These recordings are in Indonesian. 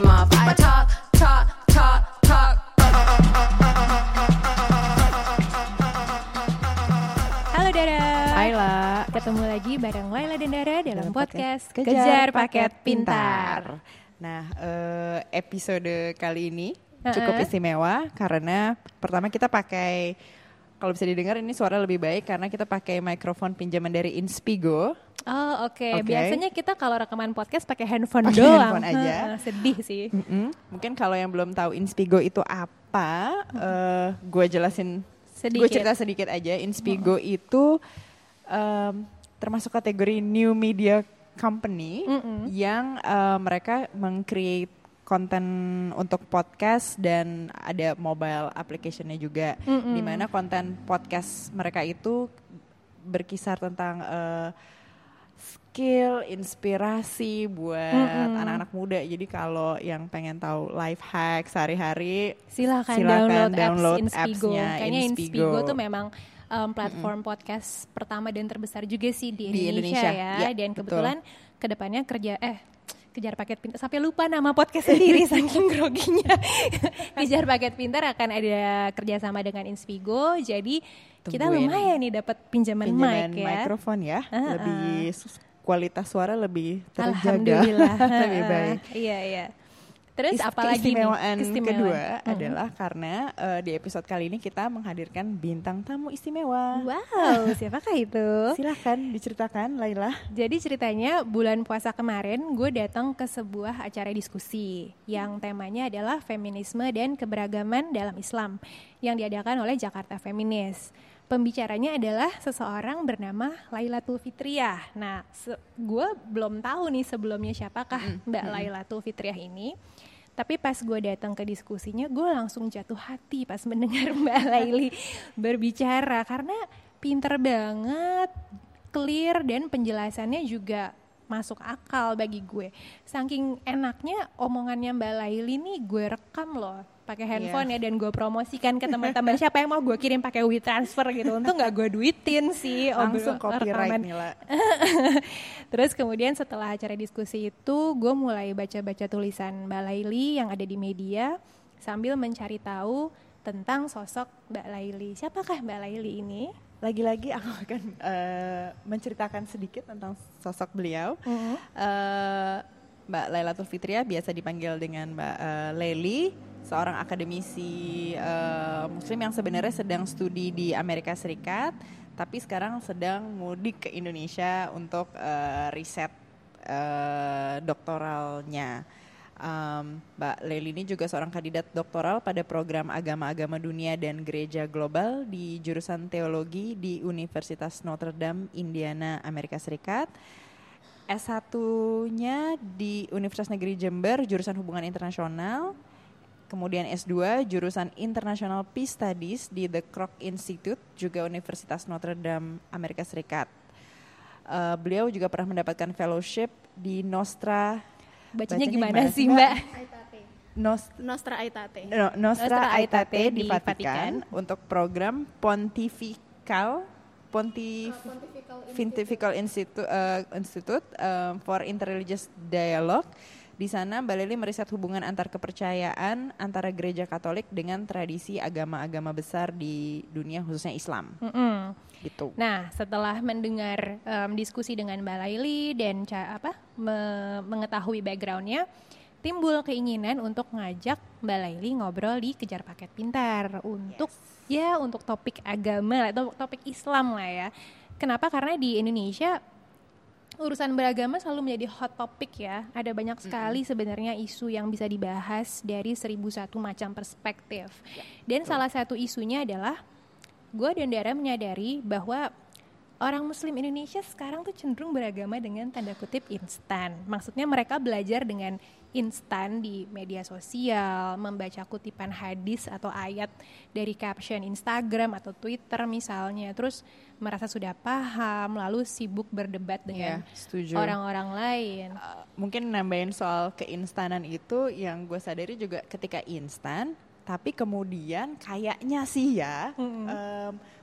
them off. I talk. Halo Dara. Hai La. Ketemu lagi bareng Laila dan Dara dalam podcast Kejar Paket Pintar. Nah, episode kali ini cukup istimewa karena pertama kita pakai, kalau bisa didengar ini suara lebih baik karena kita pakai mikrofon pinjaman dari Inspigo. Oh oke. Biasanya kita kalau rekaman podcast pakai handphone doang. Handphone aja. Sedih sih. Mungkin kalau yang belum tahu Inspigo itu apa, gue jelasin. Gue cerita sedikit aja. Inspigo itu termasuk kategori new media company yang mereka meng-create konten untuk podcast dan ada mobile application-nya juga. Di mana konten podcast mereka itu berkisar tentang skill, inspirasi buat anak-anak muda. Jadi kalau yang pengen tahu life hack sehari-hari, silakan download apps-nya. Kayaknya Inspigo tuh memang platform podcast pertama dan terbesar juga sih di Indonesia ya. Dan kebetulan kedepannya Kejar Paket Pintar, sampai lupa nama podcast sendiri saking groginya. Kejar Paket Pintar akan ada kerjasama dengan Inspigo, jadi kita lumayan nih dapat pinjaman mic ya. Mikrofon ya, lebih kualitas suara lebih terjaga. Alhamdulillah. Lebih baik. Iya. Terus apalagi keistimewaan nih? Kedua adalah karena di episode kali ini kita menghadirkan bintang tamu istimewa. Wow, siapakah itu? Silahkan diceritakan, Laila. Jadi ceritanya bulan puasa kemarin gue datang ke sebuah acara diskusi yang temanya adalah feminisme dan keberagaman dalam Islam yang diadakan oleh Jakarta Feminis. Pembicaranya adalah seseorang bernama Lailatul Fitriah. Nah, gue belum tahu nih sebelumnya siapakah Mbak Lailatul Fitriah ini. Tapi pas gue datang ke diskusinya, gue langsung jatuh hati pas mendengar Mbak Laili berbicara. Karena pinter banget, clear, dan penjelasannya juga masuk akal bagi gue. Saking enaknya omongannya Mbak Laili nih gue rekam loh pakai handphone ya, dan gue promosikan ke teman-teman. Siapa yang mau gue kirim pakai WeTransfer gitu. Untung gak gue duitin sih. Langsung copyright nih lah. Terus kemudian setelah acara diskusi itu gue mulai baca-baca tulisan Mbak Laili yang ada di media sambil mencari tahu tentang sosok Mbak Laili. Siapakah Mbak Laili ini? Lagi-lagi aku akan menceritakan sedikit tentang sosok beliau. Mbak Lailatul Fitriah biasa dipanggil dengan Mbak Leli, seorang akademisi Muslim yang sebenarnya sedang studi di Amerika Serikat, tapi sekarang sedang mudik ke Indonesia untuk riset doktoralnya. Mbak Leli ini juga seorang kandidat doktoral pada program agama-agama dunia dan gereja global di jurusan teologi di Universitas Notre Dame, Indiana, Amerika Serikat. S1-nya di Universitas Negeri Jember, jurusan hubungan internasional. Kemudian S2, jurusan International Peace Studies di The Kroc Institute, juga Universitas Notre Dame, Amerika Serikat. Beliau juga pernah mendapatkan fellowship di Nostra. Bacanya gimana sih Mbak? Nostra Aetate. Nostra Aetate di Vatikan untuk program Pontifical Institute for Interreligious Dialogue. Di sana Mbak Leli meriset hubungan antar kepercayaan antara gereja Katolik dengan tradisi agama-agama besar di dunia khususnya Islam. Gitu. Nah, setelah mendengar diskusi dengan Mbak Laili dan mengetahui backgroundnya, timbul keinginan untuk ngajak Mbak Laili ngobrol di Kejar Paket Pintar untuk untuk topik agama atau topik Islam lah ya. Kenapa? Karena di Indonesia urusan beragama selalu menjadi hot topic ya. Ada banyak sekali sebenarnya isu yang bisa dibahas dari 1001 macam perspektif. Dan salah satu isunya adalah gue dan Dara menyadari bahwa orang Muslim Indonesia sekarang tuh cenderung beragama dengan tanda kutip instan. Maksudnya mereka belajar dengan instan di media sosial, membaca kutipan hadis atau ayat dari caption Instagram atau Twitter misalnya. Terus merasa sudah paham, lalu sibuk berdebat dengan orang-orang lain. Mungkin nambahin soal keinstanan itu, yang gue sadari juga ketika instan, tapi kemudian kayaknya sih ya,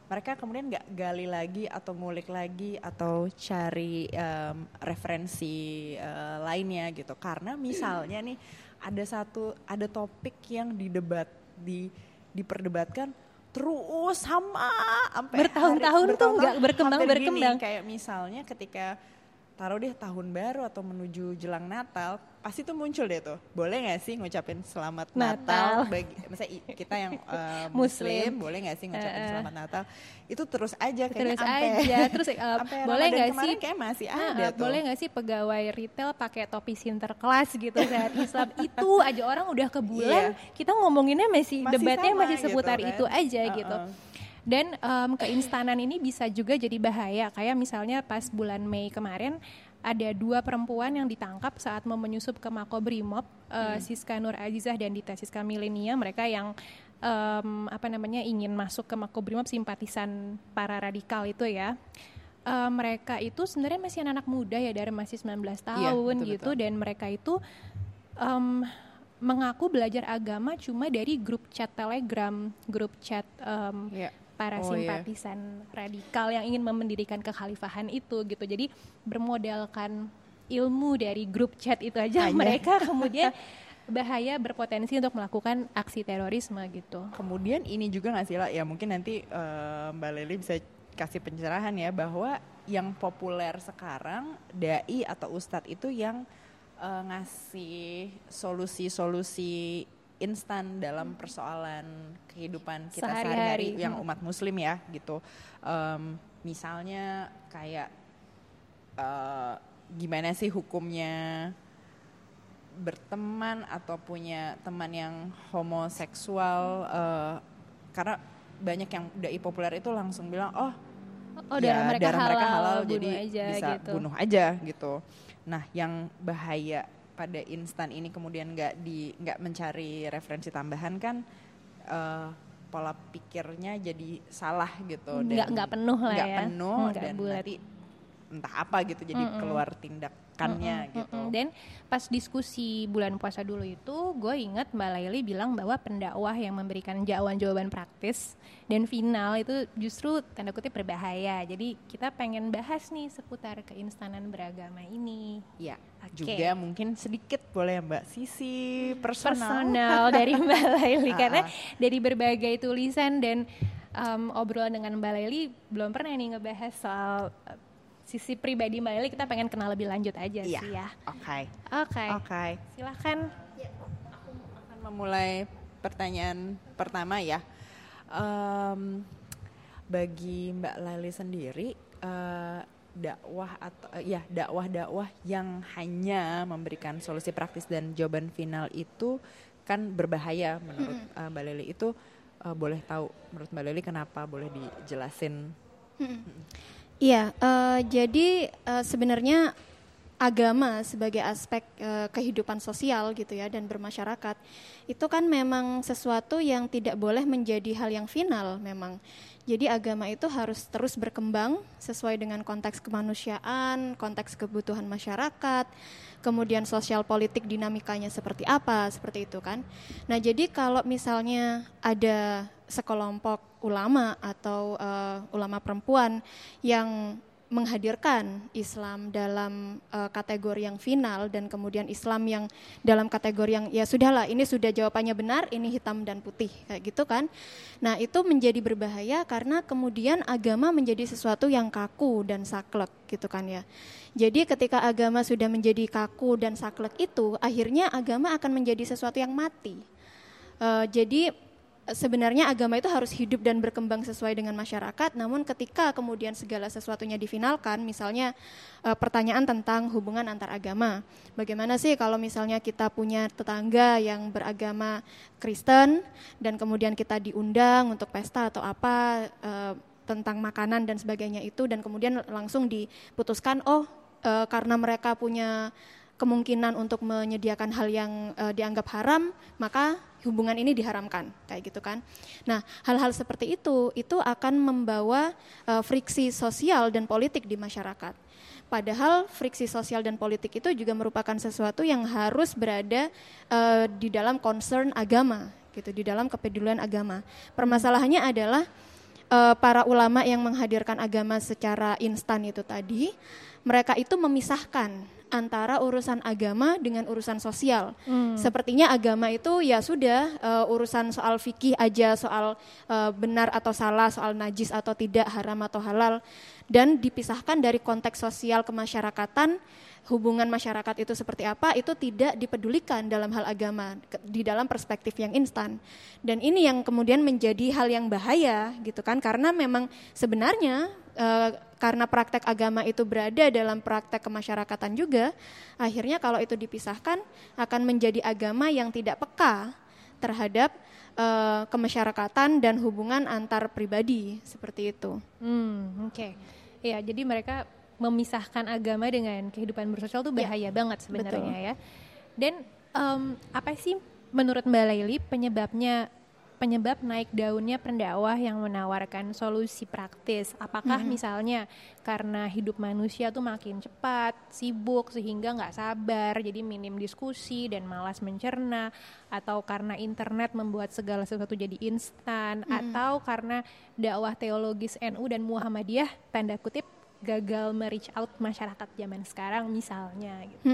mereka kemudian nggak gali lagi atau ngulik lagi atau cari referensi lainnya gitu. Karena misalnya nih ada topik yang diperdebatkan terus sampai bertahun-tahun tuh nggak berkembang. Kayak misalnya ketika taruh deh tahun baru atau menuju jelang Natal, pasti tuh muncul deh tuh. Boleh nggak sih ngucapin selamat Natal bagi misalnya kita yang Muslim, boleh nggak sih ngucapin selamat Natal? Itu terus aja terus boleh nggak sih kayak masih ada tuh. Boleh nggak sih pegawai retail pakai topi Sinterklas gitu saat Islam? Itu aja orang udah ke bulan, kita ngomonginnya masih debatnya masih seputar gitu, itu aja gitu. Dan keinstanan ini bisa juga jadi bahaya, kayak misalnya pas bulan Mei kemarin ada 2 perempuan yang ditangkap saat mau menyusup ke Makobrimob, Siska Nur Azizah dan Dita Siska Milenia, mereka yang ingin masuk ke Makobrimob, simpatisan para radikal itu ya. Mereka itu sebenarnya masih anak muda ya, dari masih 19 tahun betul. Dan mereka itu mengaku belajar agama cuma dari grup chat Telegram, grup chat para simpatisan radikal yang ingin mendirikan kekhalifahan itu gitu. Jadi bermodalkan ilmu dari grup chat itu aja mereka kemudian bahaya, berpotensi untuk melakukan aksi terorisme gitu. Kemudian ini juga nggak sih lah, ya mungkin nanti Mbak Lely bisa kasih pencerahan ya, bahwa yang populer sekarang dai atau ustadz itu yang ngasih solusi-solusi instan dalam persoalan kehidupan kita sehari-hari yang umat muslim ya gitu. Misalnya kayak gimana sih hukumnya berteman atau punya teman yang homoseksual, karena banyak yang dai populer itu langsung bilang darah mereka halal jadi bisa bunuh aja gitu. Nah yang bahaya pada instan ini kemudian nggak mencari referensi tambahan kan, pola pikirnya jadi salah gitu, dan nggak penuh lah nggak penuh dan bulat. nanti entah apa gitu jadi keluar tindakannya gitu. Dan pas diskusi bulan puasa dulu itu gue ingat Mbak Laili bilang bahwa pendakwah yang memberikan jawaban praktis dan final itu justru tanda kutip berbahaya. Jadi kita pengen bahas nih seputar keinstanan beragama ini. Ya, juga mungkin sedikit boleh Mbak sisi personal dari Mbak Laili karena dari berbagai tulisan dan obrolan dengan Mbak Laili belum pernah nih ngebahas soal sisi pribadi Mbak Lely, kita pengen kenal lebih lanjut aja sih ya. Oke. Silakan. Ya, aku akan memulai pertanyaan pertama ya. Bagi Mbak Lely sendiri, dakwah yang hanya memberikan solusi praktis dan jawaban final itu kan berbahaya menurut Mbak Lely. Itu boleh tahu menurut Mbak Lely kenapa, boleh dijelasin? Iya, jadi sebenarnya agama sebagai aspek kehidupan sosial gitu ya dan bermasyarakat itu kan memang sesuatu yang tidak boleh menjadi hal yang final memang. Jadi agama itu harus terus berkembang sesuai dengan konteks kemanusiaan, konteks kebutuhan masyarakat, kemudian sosial politik dinamikanya seperti apa, seperti itu kan. Nah jadi kalau misalnya ada sekelompok ulama atau ulama perempuan yang menghadirkan Islam dalam kategori yang final dan kemudian Islam yang dalam kategori yang ya sudahlah ini sudah jawabannya benar, ini hitam dan putih kayak gitu kan. Nah itu menjadi berbahaya karena kemudian agama menjadi sesuatu yang kaku dan saklek gitu kan ya. Jadi ketika agama sudah menjadi kaku dan saklek itu akhirnya agama akan menjadi sesuatu yang mati. Jadi sebenarnya agama itu harus hidup dan berkembang sesuai dengan masyarakat, namun ketika kemudian segala sesuatunya difinalkan, misalnya pertanyaan tentang hubungan antar agama. Bagaimana sih kalau misalnya kita punya tetangga yang beragama Kristen dan kemudian kita diundang untuk pesta atau apa tentang makanan dan sebagainya itu, dan kemudian langsung diputuskan karena mereka punya kemungkinan untuk menyediakan hal yang dianggap haram, maka hubungan ini diharamkan, kayak gitu kan. Nah, hal-hal seperti itu akan membawa friksi sosial dan politik di masyarakat. Padahal friksi sosial dan politik itu juga merupakan sesuatu yang harus berada di dalam concern agama, gitu, di dalam kepedulian agama. Permasalahannya adalah para ulama yang menghadirkan agama secara instan itu tadi, mereka itu memisahkan antara urusan agama dengan urusan sosial. Sepertinya agama itu ya sudah urusan soal fikih aja, soal benar atau salah, soal najis atau tidak, haram atau halal, dan dipisahkan dari konteks sosial kemasyarakatan. Hubungan masyarakat itu seperti apa, itu tidak dipedulikan dalam hal agama, di dalam perspektif yang instan. Dan ini yang kemudian menjadi hal yang bahaya gitu kan, karena memang sebenarnya karena praktek agama itu berada dalam praktek kemasyarakatan juga, akhirnya kalau itu dipisahkan akan menjadi agama yang tidak peka terhadap kemasyarakatan dan hubungan antar pribadi, seperti itu. Oke. Ya, jadi mereka memisahkan agama dengan kehidupan bersosial tuh bahaya banget sebenarnya ya. Dan apa sih menurut Mbak Laili penyebab naik daunnya pendakwah yang menawarkan solusi praktis? Apakah misalnya karena hidup manusia tuh makin cepat, sibuk sehingga nggak sabar, jadi minim diskusi dan malas mencerna, atau karena internet membuat segala sesuatu jadi instan, atau karena dakwah teologis NU dan Muhammadiyah tanda kutip gagal me-reach out masyarakat zaman sekarang misalnya gitu.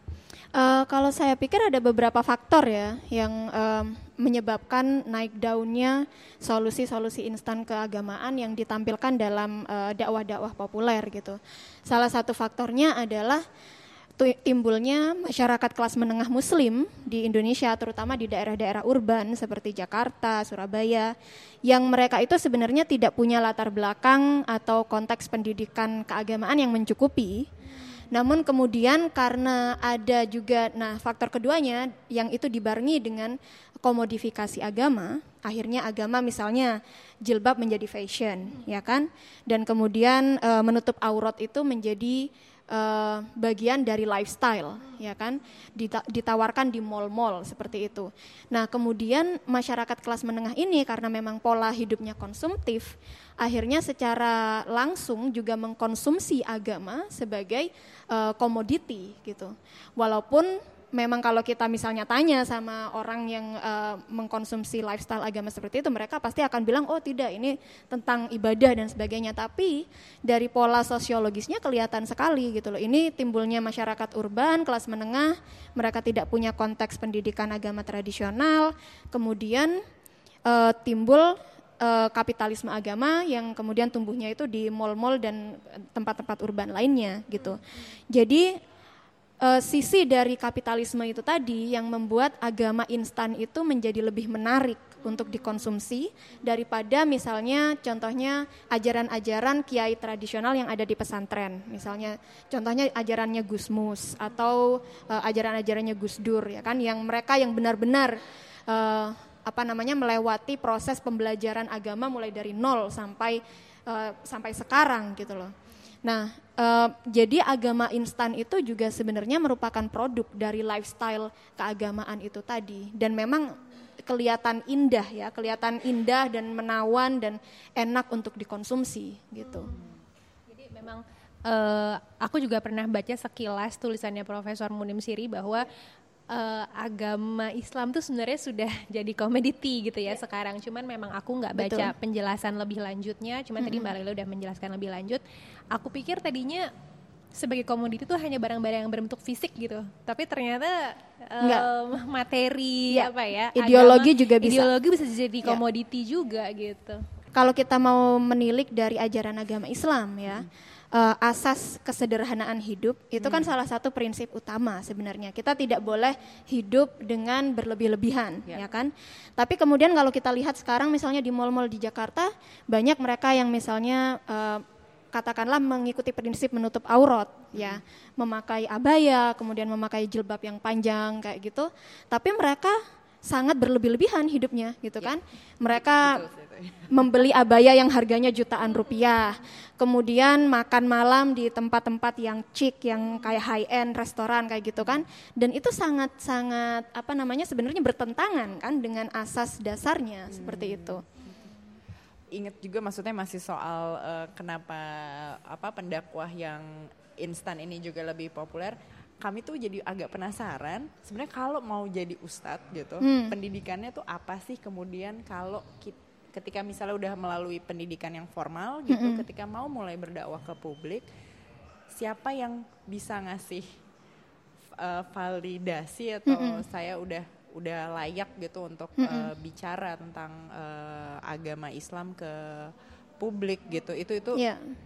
Kalau saya pikir ada beberapa faktor ya yang menyebabkan naik daunnya solusi-solusi instan keagamaan yang ditampilkan dalam dakwah-dakwah populer gitu. Salah satu faktornya adalah timbulnya masyarakat kelas menengah muslim di Indonesia, terutama di daerah-daerah urban seperti Jakarta, Surabaya, yang mereka itu sebenarnya tidak punya latar belakang atau konteks pendidikan keagamaan yang mencukupi. Namun kemudian karena ada juga, faktor keduanya yang itu dibarengi dengan komodifikasi agama, akhirnya agama misalnya jilbab menjadi fashion, ya kan? Dan kemudian menutup aurat itu menjadi bagian dari lifestyle, ya kan, ditawarkan di mall-mall seperti itu. Nah kemudian masyarakat kelas menengah ini karena memang pola hidupnya konsumtif, akhirnya secara langsung juga mengkonsumsi agama sebagai komoditi gitu. Walaupun memang kalau kita misalnya tanya sama orang yang mengkonsumsi lifestyle agama seperti itu, mereka pasti akan bilang, oh tidak, ini tentang ibadah dan sebagainya. Tapi dari pola sosiologisnya kelihatan sekali gitu loh. Ini timbulnya masyarakat urban, kelas menengah, mereka tidak punya konteks pendidikan agama tradisional, kemudian timbul kapitalisme agama yang kemudian tumbuhnya itu di mall-mall dan tempat-tempat urban lainnya gitu. Jadi sisi dari kapitalisme itu tadi yang membuat agama instan itu menjadi lebih menarik untuk dikonsumsi daripada misalnya contohnya ajaran-ajaran kiai tradisional yang ada di pesantren. Misalnya contohnya ajarannya Gus Mus atau ajaran-ajarannya Gus Dur, ya kan, yang mereka yang benar-benar melewati proses pembelajaran agama mulai dari nol sampai sekarang gitu loh. Nah, jadi agama instan itu juga sebenarnya merupakan produk dari lifestyle keagamaan itu tadi, dan memang kelihatan indah dan menawan dan enak untuk dikonsumsi gitu. Jadi memang aku juga pernah baca sekilas tulisannya Profesor Munim Siri bahwa agama Islam tuh sebenarnya sudah jadi komoditi gitu ya sekarang. Cuman memang aku nggak baca penjelasan lebih lanjutnya. Cuman tadi Mbak Laila udah menjelaskan lebih lanjut. Aku pikir tadinya sebagai komoditi tuh hanya barang-barang yang berbentuk fisik gitu. Tapi ternyata materi ideologi agama, juga bisa. Ideologi bisa jadi komoditi juga gitu. Kalau kita mau menilik dari ajaran agama Islam ya. Asas kesederhanaan hidup itu kan salah satu prinsip utama sebenarnya. Kita tidak boleh hidup dengan berlebih-lebihan, ya kan? Tapi kemudian kalau kita lihat sekarang misalnya di mal-mal di Jakarta, banyak mereka yang misalnya katakanlah mengikuti prinsip menutup aurat, ya, memakai abaya, kemudian memakai jilbab yang panjang kayak gitu. Tapi mereka sangat berlebih-lebihan hidupnya gitu kan. Mereka membeli abaya yang harganya jutaan rupiah, kemudian makan malam di tempat-tempat yang chic, yang kayak high end restoran kayak gitu kan. Dan itu sangat-sangat sebenarnya bertentangan kan dengan asas dasarnya seperti itu. Ingat juga maksudnya masih soal kenapa pendakwah yang instan ini juga lebih populer. Kami tuh jadi agak penasaran sebenarnya kalau mau jadi ustadz gitu, pendidikannya tuh apa sih kemudian kalau ketika misalnya udah melalui pendidikan yang formal gitu, ketika mau mulai berdakwah ke publik, siapa yang bisa ngasih validasi atau saya udah layak gitu untuk bicara tentang agama Islam ke publik gitu. Itu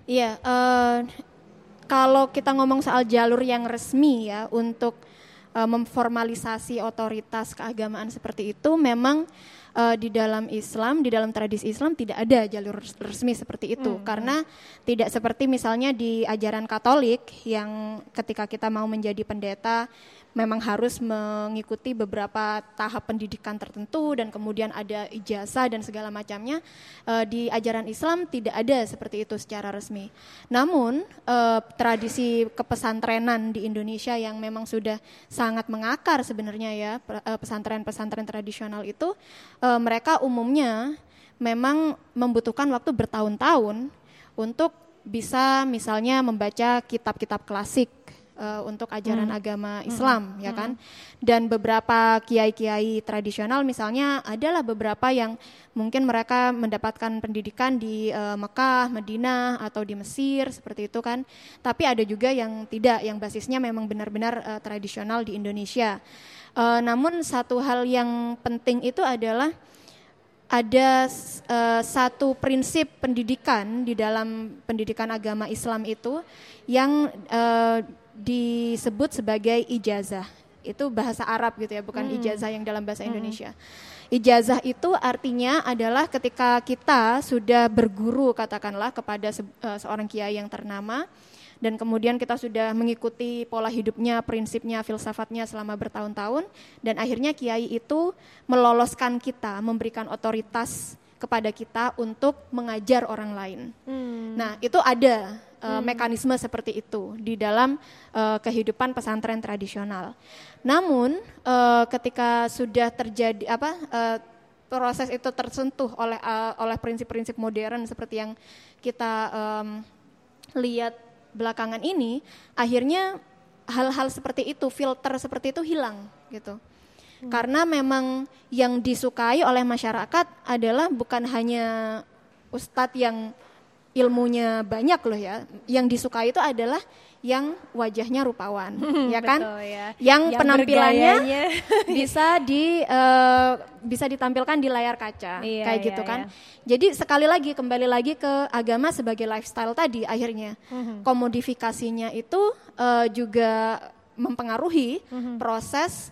kalau kita ngomong soal jalur yang resmi ya untuk memformalisasi otoritas keagamaan seperti itu, memang di dalam Islam, di dalam tradisi Islam tidak ada jalur resmi seperti itu, karena tidak seperti misalnya di ajaran Katolik yang ketika kita mau menjadi pendeta memang harus mengikuti beberapa tahap pendidikan tertentu dan kemudian ada ijazah dan segala macamnya. Di ajaran Islam tidak ada seperti itu secara resmi. Namun tradisi kepesantrenan di Indonesia yang memang sudah sangat mengakar sebenarnya ya, pesantren-pesantren tradisional itu mereka umumnya memang membutuhkan waktu bertahun-tahun untuk bisa misalnya membaca kitab-kitab klasik untuk ajaran agama Islam, ya kan? Dan beberapa kiai-kiai tradisional misalnya adalah beberapa yang mungkin mereka mendapatkan pendidikan di Mekah, Madinah atau di Mesir seperti itu kan. Tapi ada juga yang tidak, yang basisnya memang benar-benar tradisional di Indonesia. Namun satu hal yang penting itu adalah ada satu prinsip pendidikan di dalam pendidikan agama Islam itu yang disebut sebagai ijazah. Itu bahasa Arab gitu ya, bukan ijazah yang dalam bahasa Indonesia. Ijazah itu artinya adalah ketika kita sudah berguru katakanlah kepada seorang kiai yang ternama, dan kemudian kita sudah mengikuti pola hidupnya, prinsipnya, filsafatnya selama bertahun-tahun, dan akhirnya kiai itu meloloskan kita, memberikan otoritas kepada kita untuk mengajar orang lain. Nah, itu ada mekanisme seperti itu di dalam kehidupan pesantren tradisional. Namun ketika sudah terjadi proses itu tersentuh oleh prinsip-prinsip modern seperti yang kita lihat belakangan ini, akhirnya hal-hal seperti itu, filter seperti itu hilang gitu. Karena memang yang disukai oleh masyarakat adalah bukan hanya ustadz yang ilmunya banyak loh ya, yang disukai itu adalah yang wajahnya rupawan, ya kan? Betul, ya. Yang penampilannya bisa ditampilkan di layar kaca, kayak gitu kan? Jadi sekali lagi kembali lagi ke agama sebagai lifestyle tadi, akhirnya komodifikasinya itu juga mempengaruhi proses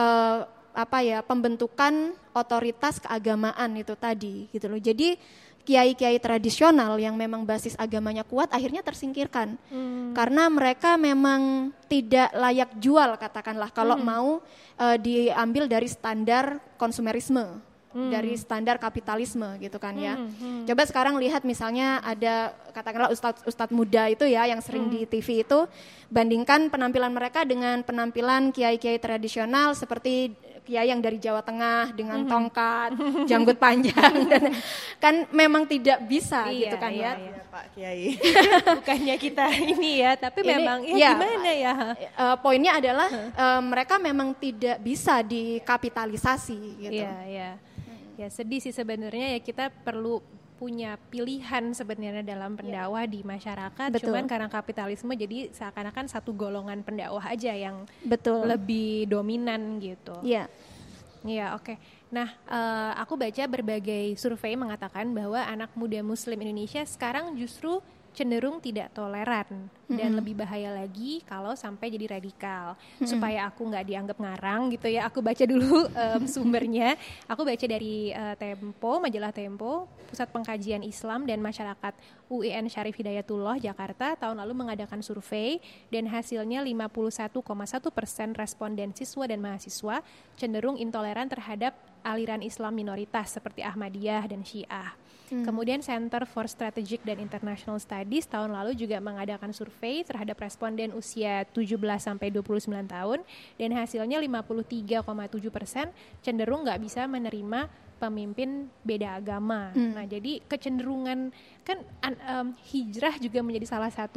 pembentukan otoritas keagamaan itu tadi, gitu loh. Jadi kiai-kiai tradisional yang memang basis agamanya kuat akhirnya tersingkirkan karena mereka memang tidak layak jual katakanlah kalau mau diambil dari standar konsumerisme, dari standar kapitalisme gitu kan ya. Coba sekarang lihat misalnya ada katakanlah ustadz muda itu ya yang sering di TV itu, bandingkan penampilan mereka dengan penampilan kiai-kiai tradisional seperti kiai yang dari Jawa Tengah dengan tongkat, janggut panjang, dan kan memang tidak bisa gitu kan ya. Pak Kiai. Bukannya kita ini ya, tapi memang gimana ya? Poinnya adalah mereka memang tidak bisa dikapitalisasi gitu. Ya sedih sih sebenarnya ya, kita perlu punya pilihan sebenarnya dalam pendakwah di masyarakat. Betul. Cuman karena kapitalisme jadi seakan-akan satu golongan pendakwah aja yang lebih dominan gitu. Iya, oke. Nah, aku baca berbagai survei mengatakan bahwa anak muda Muslim Indonesia sekarang justru cenderung tidak toleran dan lebih bahaya lagi kalau sampai jadi radikal. Supaya aku nggak dianggap ngarang gitu ya, aku baca dulu sumbernya. Aku baca dari Tempo, majalah Tempo, Pusat Pengkajian Islam dan Masyarakat UIN Syarif Hidayatullah Jakarta tahun lalu mengadakan survei dan hasilnya 51,1% responden siswa dan mahasiswa cenderung intoleran terhadap aliran Islam minoritas seperti Ahmadiyah dan Syiah. Kemudian Center for Strategic dan International Studies tahun lalu juga mengadakan survei terhadap responden usia 17-29 tahun dan hasilnya 53,7% cenderung nggak bisa menerima pemimpin beda agama. Nah, jadi kecenderungan kan hijrah juga menjadi salah satu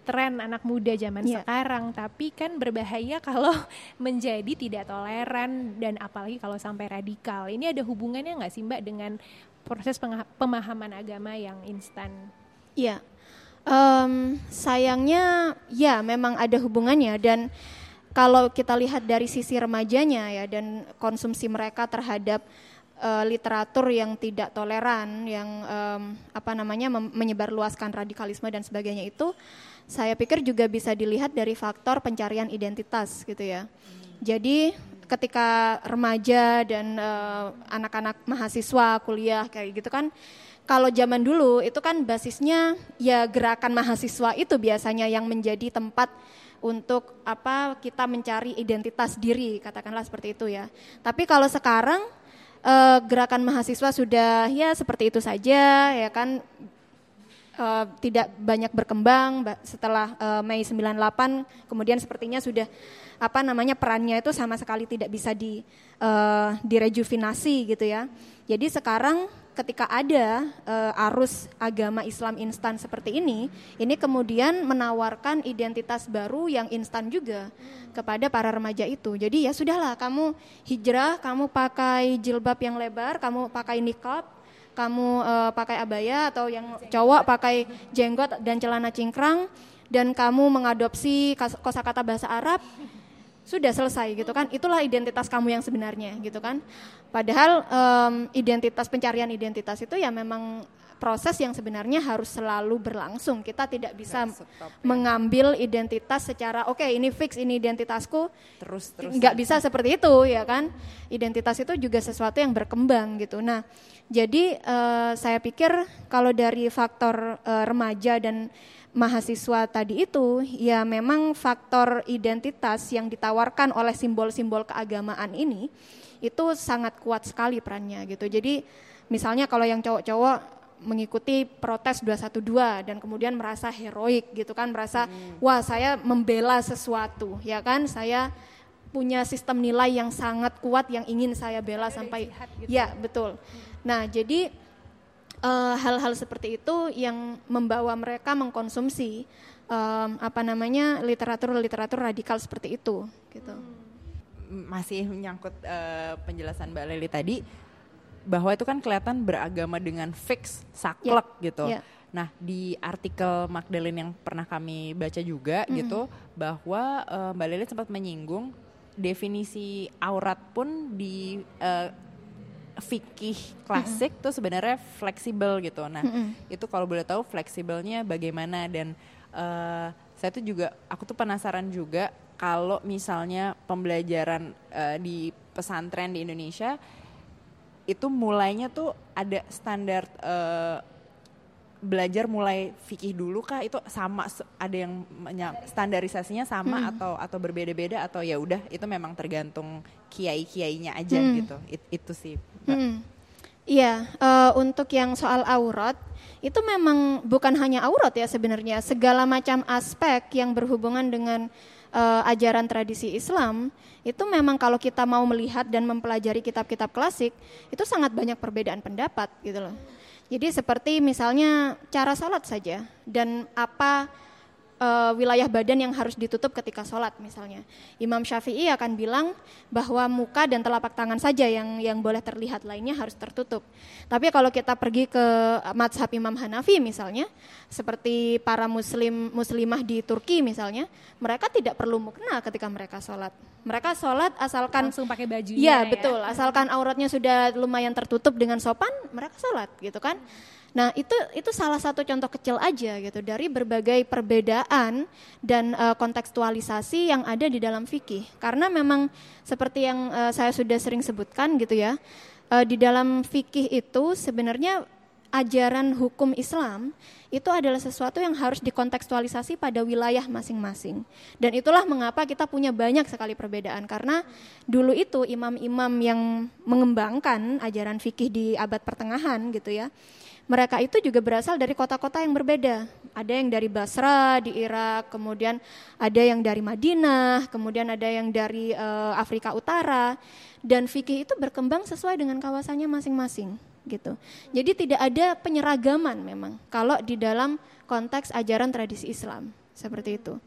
tren anak muda zaman sekarang, tapi kan berbahaya kalau menjadi tidak toleran dan apalagi kalau sampai radikal. Ini ada hubungannya nggak sih Mbak dengan proses pemahaman agama yang instan? Iya, sayangnya ya memang ada hubungannya, dan kalau kita lihat dari sisi remajanya ya dan konsumsi mereka terhadap literatur yang tidak toleran, yang menyebarluaskan radikalisme dan sebagainya itu, saya pikir juga bisa dilihat dari faktor pencarian identitas gitu ya. Jadi ketika remaja dan anak-anak mahasiswa kuliah kayak gitu kan, kalau zaman dulu itu kan basisnya ya gerakan mahasiswa itu biasanya yang menjadi tempat untuk kita mencari identitas diri, katakanlah seperti itu ya. Tapi kalau sekarang gerakan mahasiswa sudah ya seperti itu saja ya kan, tidak banyak berkembang setelah Mei 98, kemudian sepertinya sudah perannya itu sama sekali tidak bisa direjuvenasi gitu ya. Jadi sekarang ketika ada arus agama Islam instan seperti ini kemudian menawarkan identitas baru yang instan juga kepada para remaja itu. Jadi ya sudahlah, kamu hijrah, kamu pakai jilbab yang lebar, kamu pakai niqab, kamu pakai abaya, atau yang cowok pakai jenggot dan celana cingkrang, dan kamu mengadopsi kosakata bahasa Arab, sudah selesai gitu kan. Itulah identitas kamu yang sebenarnya gitu kan. Padahal pencarian identitas itu ya memang proses yang sebenarnya harus selalu berlangsung. Kita tidak bisa mengambil identitas secara ini fix, ini identitasku, terus nggak bisa seperti itu ya kan. Identitas itu juga sesuatu yang berkembang gitu. Nah, jadi saya pikir kalau dari faktor remaja dan mahasiswa tadi itu ya memang faktor identitas yang ditawarkan oleh simbol-simbol keagamaan ini itu sangat kuat sekali perannya gitu. Jadi misalnya kalau yang cowok-cowok mengikuti protes 212 dan kemudian merasa heroik gitu kan, merasa wah saya membela sesuatu ya kan, saya punya sistem nilai yang sangat kuat yang ingin saya bela sampai gitu. Ya betul. Nah jadi hal-hal seperti itu yang membawa mereka mengkonsumsi literatur radikal seperti itu gitu. Masih menyangkut penjelasan Mbak Lely tadi, bahwa itu kan kelihatan beragama dengan fix, saklek gitu. Nah di artikel Magdalene yang pernah kami baca juga gitu, bahwa Mbak Lely sempat menyinggung definisi aurat pun di fikih klasik tuh sebenarnya fleksibel gitu. Nah itu kalau boleh tahu fleksibelnya bagaimana, dan aku tuh penasaran juga kalau misalnya pembelajaran di pesantren di Indonesia itu mulainya tuh ada standar belajar mulai fikih dulu kah, itu sama, ada yang standarisasinya sama atau berbeda-beda, atau ya udah itu memang tergantung kiai-kiainya aja gitu. Itu sih. Iya, untuk yang soal aurat itu memang bukan hanya aurat ya sebenarnya, segala macam aspek yang berhubungan dengan ajaran tradisi Islam itu memang kalau kita mau melihat dan mempelajari kitab-kitab klasik itu sangat banyak perbedaan pendapat gitu loh. Jadi seperti misalnya cara sholat saja dan apa wilayah badan yang harus ditutup ketika sholat misalnya. Imam Syafi'i akan bilang bahwa muka dan telapak tangan saja yang boleh terlihat, lainnya harus tertutup. Tapi kalau kita pergi ke mazhab Imam Hanafi misalnya, seperti para muslimah di Turki misalnya, mereka tidak perlu mukena ketika mereka sholat. Mereka sholat asalkan langsung pakai bajunya. Iya betul, asalkan auratnya sudah lumayan tertutup dengan sopan, mereka sholat gitu kan. Nah itu salah satu contoh kecil aja gitu dari berbagai perbedaan dan kontekstualisasi yang ada di dalam fikih. Karena memang seperti yang saya sudah sering sebutkan gitu ya, di dalam fikih itu sebenarnya ajaran hukum Islam itu adalah sesuatu yang harus dikontekstualisasi pada wilayah masing-masing. Dan itulah mengapa kita punya banyak sekali perbedaan, karena dulu itu imam-imam yang mengembangkan ajaran fikih di abad pertengahan gitu ya, mereka itu juga berasal dari kota-kota yang berbeda. Ada yang dari Basra di Irak, kemudian ada yang dari Madinah, kemudian ada yang dari Afrika Utara, dan fikih itu berkembang sesuai dengan kawasannya masing-masing gitu. Jadi tidak ada penyeragaman memang kalau di dalam konteks ajaran tradisi Islam seperti itu.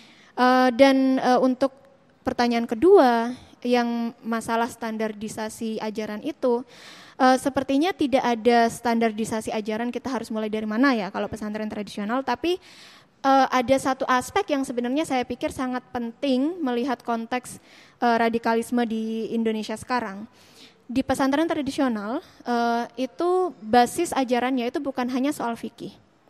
Dan untuk pertanyaan kedua, yang masalah standarisasi ajaran itu, sepertinya tidak ada standarisasi ajaran kita harus mulai dari mana ya kalau pesantren tradisional, tapi ada satu aspek yang sebenarnya saya pikir sangat penting melihat konteks radikalisme di Indonesia sekarang. Di pesantren tradisional itu basis ajarannya itu bukan hanya soal fikih.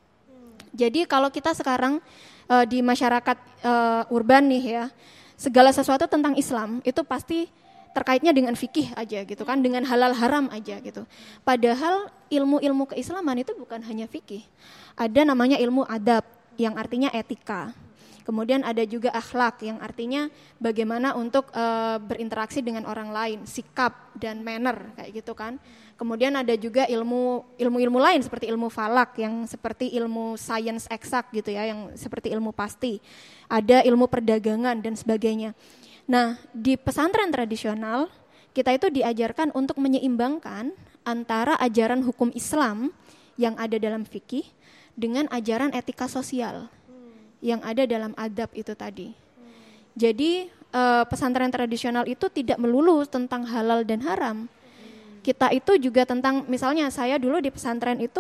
Jadi kalau kita sekarang di masyarakat urban nih ya, segala sesuatu tentang Islam itu pasti terkaitnya dengan fikih aja gitu kan, dengan halal haram aja gitu. Padahal ilmu-ilmu keislaman itu bukan hanya fikih. Ada namanya ilmu adab yang artinya etika. Kemudian ada juga akhlak yang artinya bagaimana untuk berinteraksi dengan orang lain, sikap dan manner kayak gitu kan. Kemudian ada juga ilmu-ilmu lain seperti ilmu falak yang seperti ilmu sains eksak gitu ya, yang seperti ilmu pasti. Ada ilmu perdagangan dan sebagainya. Nah, di pesantren tradisional kita itu diajarkan untuk menyeimbangkan antara ajaran hukum Islam yang ada dalam fikih dengan ajaran etika sosial yang ada dalam adab itu tadi. Jadi pesantren tradisional itu tidak melulu tentang halal dan haram. Kita itu juga tentang, misalnya saya dulu di pesantren itu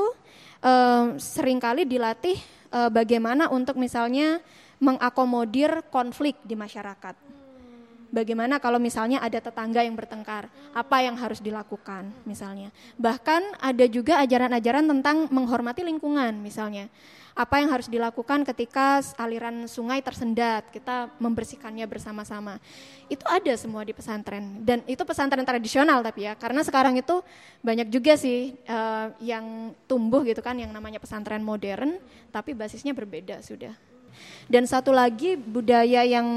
seringkali dilatih bagaimana untuk misalnya mengakomodir konflik di masyarakat. Bagaimana kalau misalnya ada tetangga yang bertengkar, apa yang harus dilakukan misalnya. Bahkan ada juga ajaran-ajaran tentang menghormati lingkungan misalnya. Apa yang harus dilakukan ketika aliran sungai tersendat, kita membersihkannya bersama-sama. Itu ada semua di pesantren, dan itu pesantren tradisional tapi ya, karena sekarang itu banyak juga sih yang tumbuh gitu kan, yang namanya pesantren modern, tapi basisnya berbeda sudah. Dan satu lagi budaya yang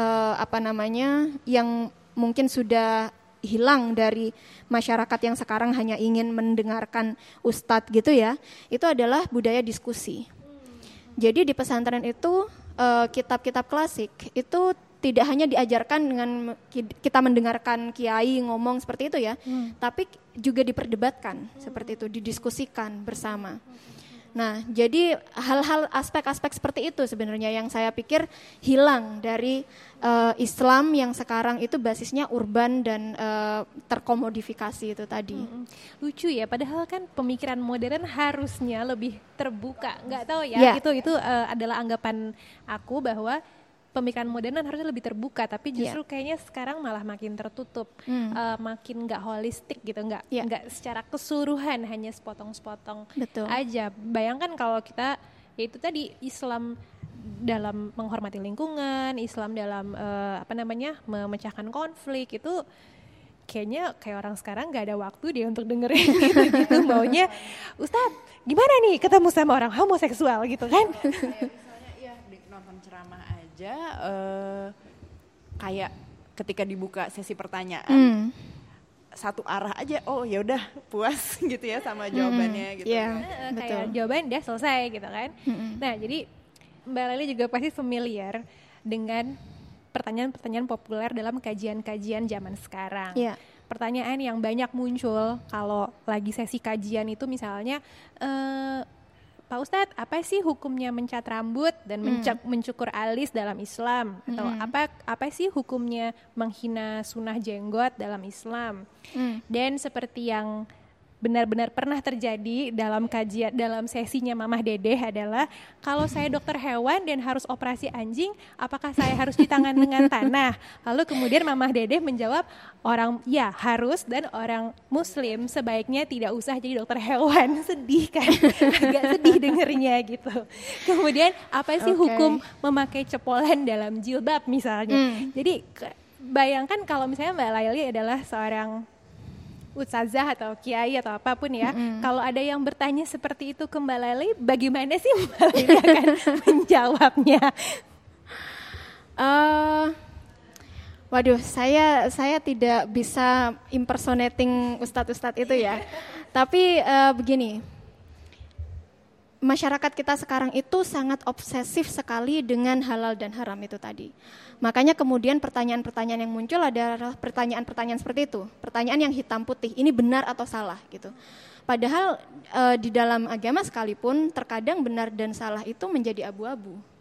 yang mungkin sudah hilang dari masyarakat yang sekarang hanya ingin mendengarkan ustadz gitu ya, itu adalah budaya diskusi. Jadi di pesantren itu kitab-kitab klasik itu tidak hanya diajarkan dengan kita mendengarkan kiai ngomong seperti itu ya, tapi juga diperdebatkan seperti itu, didiskusikan bersama. Nah, jadi hal-hal aspek-aspek seperti itu sebenarnya yang saya pikir hilang dari Islam yang sekarang itu basisnya urban dan terkomodifikasi itu tadi. Lucu ya, padahal kan pemikiran modern harusnya lebih terbuka. Nggak tahu ya, itu adalah anggapan aku bahwa pemikiran modern harusnya lebih terbuka, tapi justru kayaknya sekarang malah makin tertutup, makin nggak holistik gitu, nggak secara keseluruhan, hanya sepotong-sepotong aja. Bayangkan kalau kita, ya itu tadi, Islam dalam menghormati lingkungan, Islam dalam memecahkan konflik, itu kayaknya kayak orang sekarang nggak ada waktu dia untuk dengerin gitu, maunya Ustadz gimana nih ketemu sama orang homoseksual gitu kan. Misalnya nonton ceramah aja, kayak ketika dibuka sesi pertanyaan satu arah aja, oh ya udah puas gitu ya sama jawabannya gitu. Kayak jawaban udah selesai gitu kan. Nah, jadi Mbak Lely juga pasti familiar dengan pertanyaan-pertanyaan populer dalam kajian-kajian zaman sekarang. Pertanyaan yang banyak muncul kalau lagi sesi kajian itu misalnya, Pak Ustadz, apa sih hukumnya mencat rambut dan mencukur alis dalam Islam? Atau apa sih hukumnya menghina sunnah jenggot dalam Islam? Dan seperti yang benar-benar pernah terjadi dalam kajian, dalam sesinya Mamah Dedeh adalah, kalau saya dokter hewan dan harus operasi anjing, apakah saya harus ditangan dengan tanah? Lalu kemudian Mamah Dedeh menjawab, orang ya harus, dan orang muslim sebaiknya tidak usah jadi dokter hewan. Sedih kan? Agak sedih dengernya gitu. Kemudian apa sih hukum memakai cepolan dalam jilbab misalnya? Jadi bayangkan kalau misalnya Mbak Lely adalah seorang ustazah atau kiai atau apapun ya, kalau ada yang bertanya seperti itu ke Mbak Lely, bagaimana sih Mbak Lely akan menjawabnya? Waduh, saya tidak bisa impersonating ustadz-ustadz itu ya. Tapi begini, masyarakat kita sekarang itu sangat obsesif sekali dengan halal dan haram itu tadi. Makanya kemudian pertanyaan-pertanyaan yang muncul adalah pertanyaan-pertanyaan seperti itu. Pertanyaan yang hitam putih, ini benar atau salah gitu. Padahal di dalam agama sekalipun terkadang benar dan salah itu menjadi abu-abu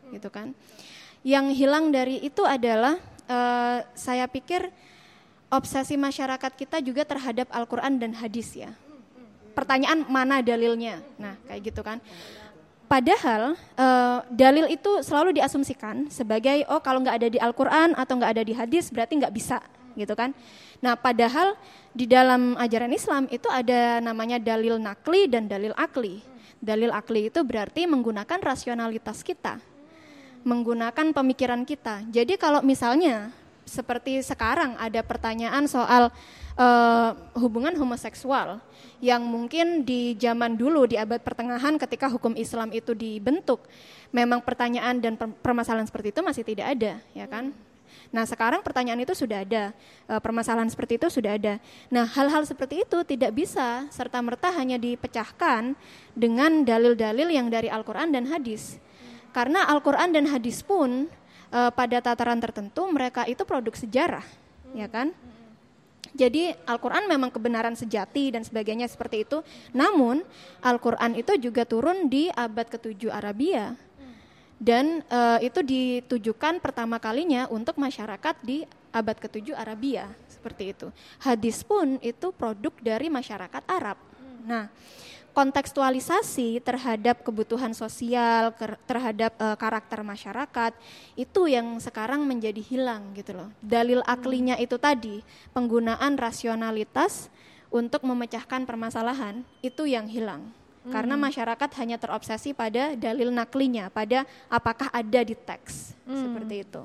gitu kan. Yang hilang dari itu adalah saya pikir obsesi masyarakat kita juga terhadap Al-Quran dan hadis ya. Pertanyaan mana dalilnya? Nah kayak gitu kan. Padahal dalil itu selalu diasumsikan sebagai kalau nggak ada di Al-Quran atau nggak ada di hadis berarti nggak bisa gitu kan. Nah padahal di dalam ajaran Islam itu ada namanya dalil nakli dan dalil akli. Dalil akli itu berarti menggunakan rasionalitas kita, menggunakan pemikiran kita. Jadi kalau misalnya seperti sekarang ada pertanyaan soal hubungan homoseksual yang mungkin di zaman dulu di abad pertengahan ketika hukum Islam itu dibentuk, memang pertanyaan dan permasalahan seperti itu masih tidak ada, ya kan? Nah sekarang pertanyaan itu sudah ada, permasalahan seperti itu sudah ada. Nah hal-hal seperti itu tidak bisa serta-merta hanya dipecahkan dengan dalil-dalil yang dari Al-Quran dan hadis. Karena Al-Quran dan hadis pun pada tataran tertentu mereka itu produk sejarah, ya kan? Jadi Al-Quran memang kebenaran sejati dan sebagainya seperti itu. Namun Al-Quran itu juga turun di abad ke-7 Arabia. Dan itu ditujukan pertama kalinya untuk masyarakat di abad ke-7 Arabia. Seperti itu. Hadis pun itu produk dari masyarakat Arab. Nah, kontekstualisasi terhadap kebutuhan sosial, terhadap karakter masyarakat, itu yang sekarang menjadi hilang gitu loh. Dalil aklinya itu tadi, penggunaan rasionalitas untuk memecahkan permasalahan, itu yang hilang. Karena masyarakat hanya terobsesi pada dalil naklinya, pada apakah ada di teks, seperti itu.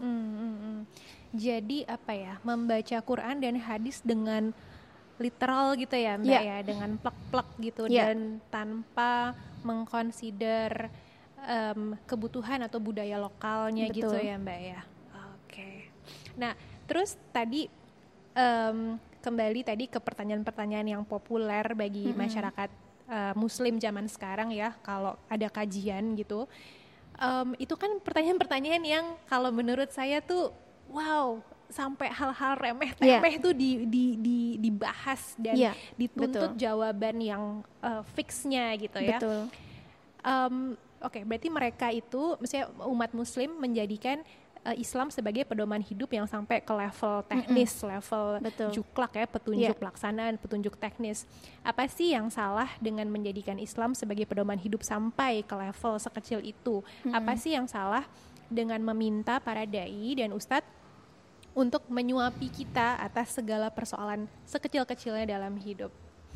Jadi apa ya, membaca Quran dan hadis dengan literal gitu ya Mbak ya, dengan plek-plek gitu dan tanpa mengconsider kebutuhan atau budaya lokalnya. Betul. Gitu ya Mbak ya. Oke. Nah terus tadi kembali tadi ke pertanyaan-pertanyaan yang populer bagi masyarakat Muslim zaman sekarang ya, kalau ada kajian gitu, itu kan pertanyaan-pertanyaan yang kalau menurut saya tuh wow, sampai hal-hal remeh-temeh tuh dibahas dan dituntut jawaban yang fixnya gitu ya. Betul. Oke, berarti mereka itu, misalnya umat Muslim menjadikan Islam sebagai pedoman hidup yang sampai ke level teknis, level juklak ya, petunjuk pelaksanaan, petunjuk teknis. Apa sih yang salah dengan menjadikan Islam sebagai pedoman hidup sampai ke level sekecil itu? Apa sih yang salah dengan meminta para dai dan ustadz untuk menyuapi kita atas segala persoalan sekecil-kecilnya dalam hidup?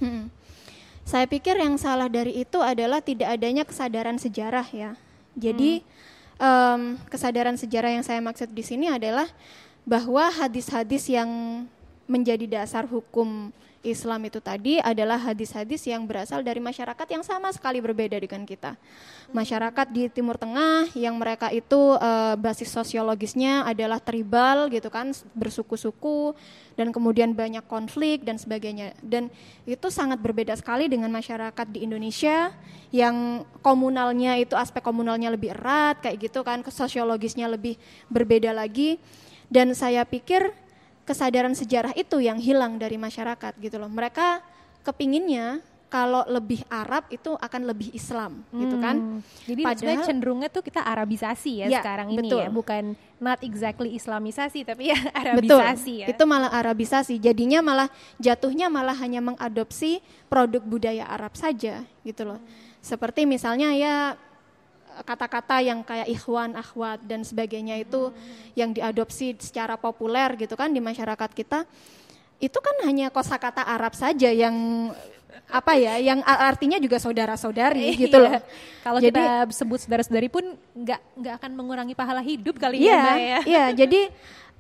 Saya pikir yang salah dari itu adalah tidak adanya kesadaran sejarah ya. Jadi kesadaran sejarah yang saya maksud di sini adalah bahwa hadis-hadis yang menjadi dasar hukum Islam itu tadi adalah hadis-hadis yang berasal dari masyarakat yang sama sekali berbeda dengan kita. Masyarakat di Timur Tengah yang mereka itu basis sosiologisnya adalah tribal gitu kan, bersuku-suku dan kemudian banyak konflik dan sebagainya. Dan itu sangat berbeda sekali dengan masyarakat di Indonesia yang komunalnya itu aspek komunalnya lebih erat kayak gitu kan, sosiologisnya lebih berbeda lagi. Dan saya pikir kesadaran sejarah itu yang hilang dari masyarakat gitu loh. Mereka kepinginnya kalau lebih Arab itu akan lebih Islam gitu kan. Jadi padahal cenderungnya tuh kita Arabisasi ya sekarang ini ya, bukan not exactly Islamisasi tapi ya Arabisasi. Betul. Ya. Itu malah Arabisasi. Jadinya malah jatuhnya malah hanya mengadopsi produk budaya Arab saja gitu loh. Seperti misalnya ya kata-kata yang kayak ikhwan, akhwat dan sebagainya itu yang diadopsi secara populer gitu kan di masyarakat kita, itu kan hanya kosakata Arab saja yang apa ya, yang artinya juga saudara-saudari gitu loh. Kalau kita sebut saudara-saudari pun nggak akan mengurangi pahala hidup kali ya. Iya, jadi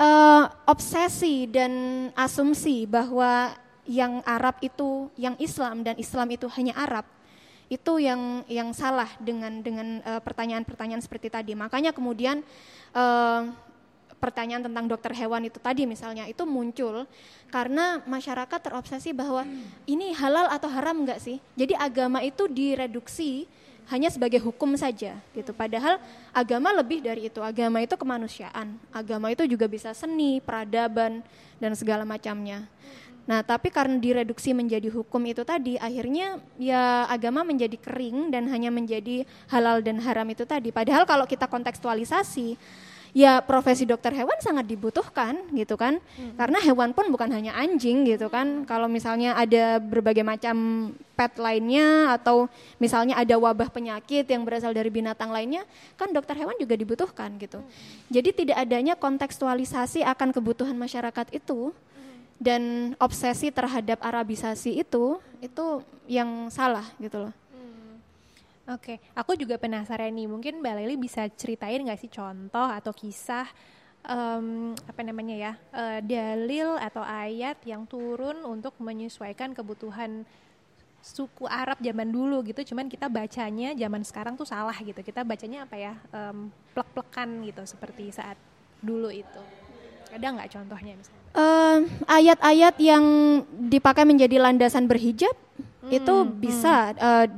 obsesi dan asumsi bahwa yang Arab itu yang Islam dan Islam itu hanya Arab, itu yang salah dengan pertanyaan-pertanyaan seperti tadi. Makanya kemudian pertanyaan tentang dokter hewan itu tadi misalnya itu muncul karena masyarakat terobsesi bahwa ini halal atau haram enggak sih? Jadi agama itu direduksi hanya sebagai hukum saja gitu. Padahal agama lebih dari itu. Agama itu kemanusiaan. Agama itu juga bisa seni, peradaban dan segala macamnya. Nah, tapi karena direduksi menjadi hukum itu tadi, akhirnya ya agama menjadi kering dan hanya menjadi halal dan haram itu tadi. Padahal kalau kita kontekstualisasi, ya profesi dokter hewan sangat dibutuhkan gitu kan. Karena hewan pun bukan hanya anjing gitu kan. Kalau misalnya ada berbagai macam pet lainnya atau misalnya ada wabah penyakit yang berasal dari binatang lainnya, kan dokter hewan juga dibutuhkan gitu. Jadi tidak adanya kontekstualisasi akan kebutuhan masyarakat itu dan obsesi terhadap Arabisasi itu yang salah gitu loh. Oke, aku juga penasaran nih, mungkin Mbak Lely bisa ceritain nggak sih contoh atau kisah dalil atau ayat yang turun untuk menyesuaikan kebutuhan suku Arab zaman dulu gitu, cuman kita bacanya zaman sekarang tuh salah gitu, kita bacanya plek-plekan gitu seperti saat dulu itu. Ada nggak contohnya misalnya? Ayat-ayat yang dipakai menjadi landasan berhijab itu bisa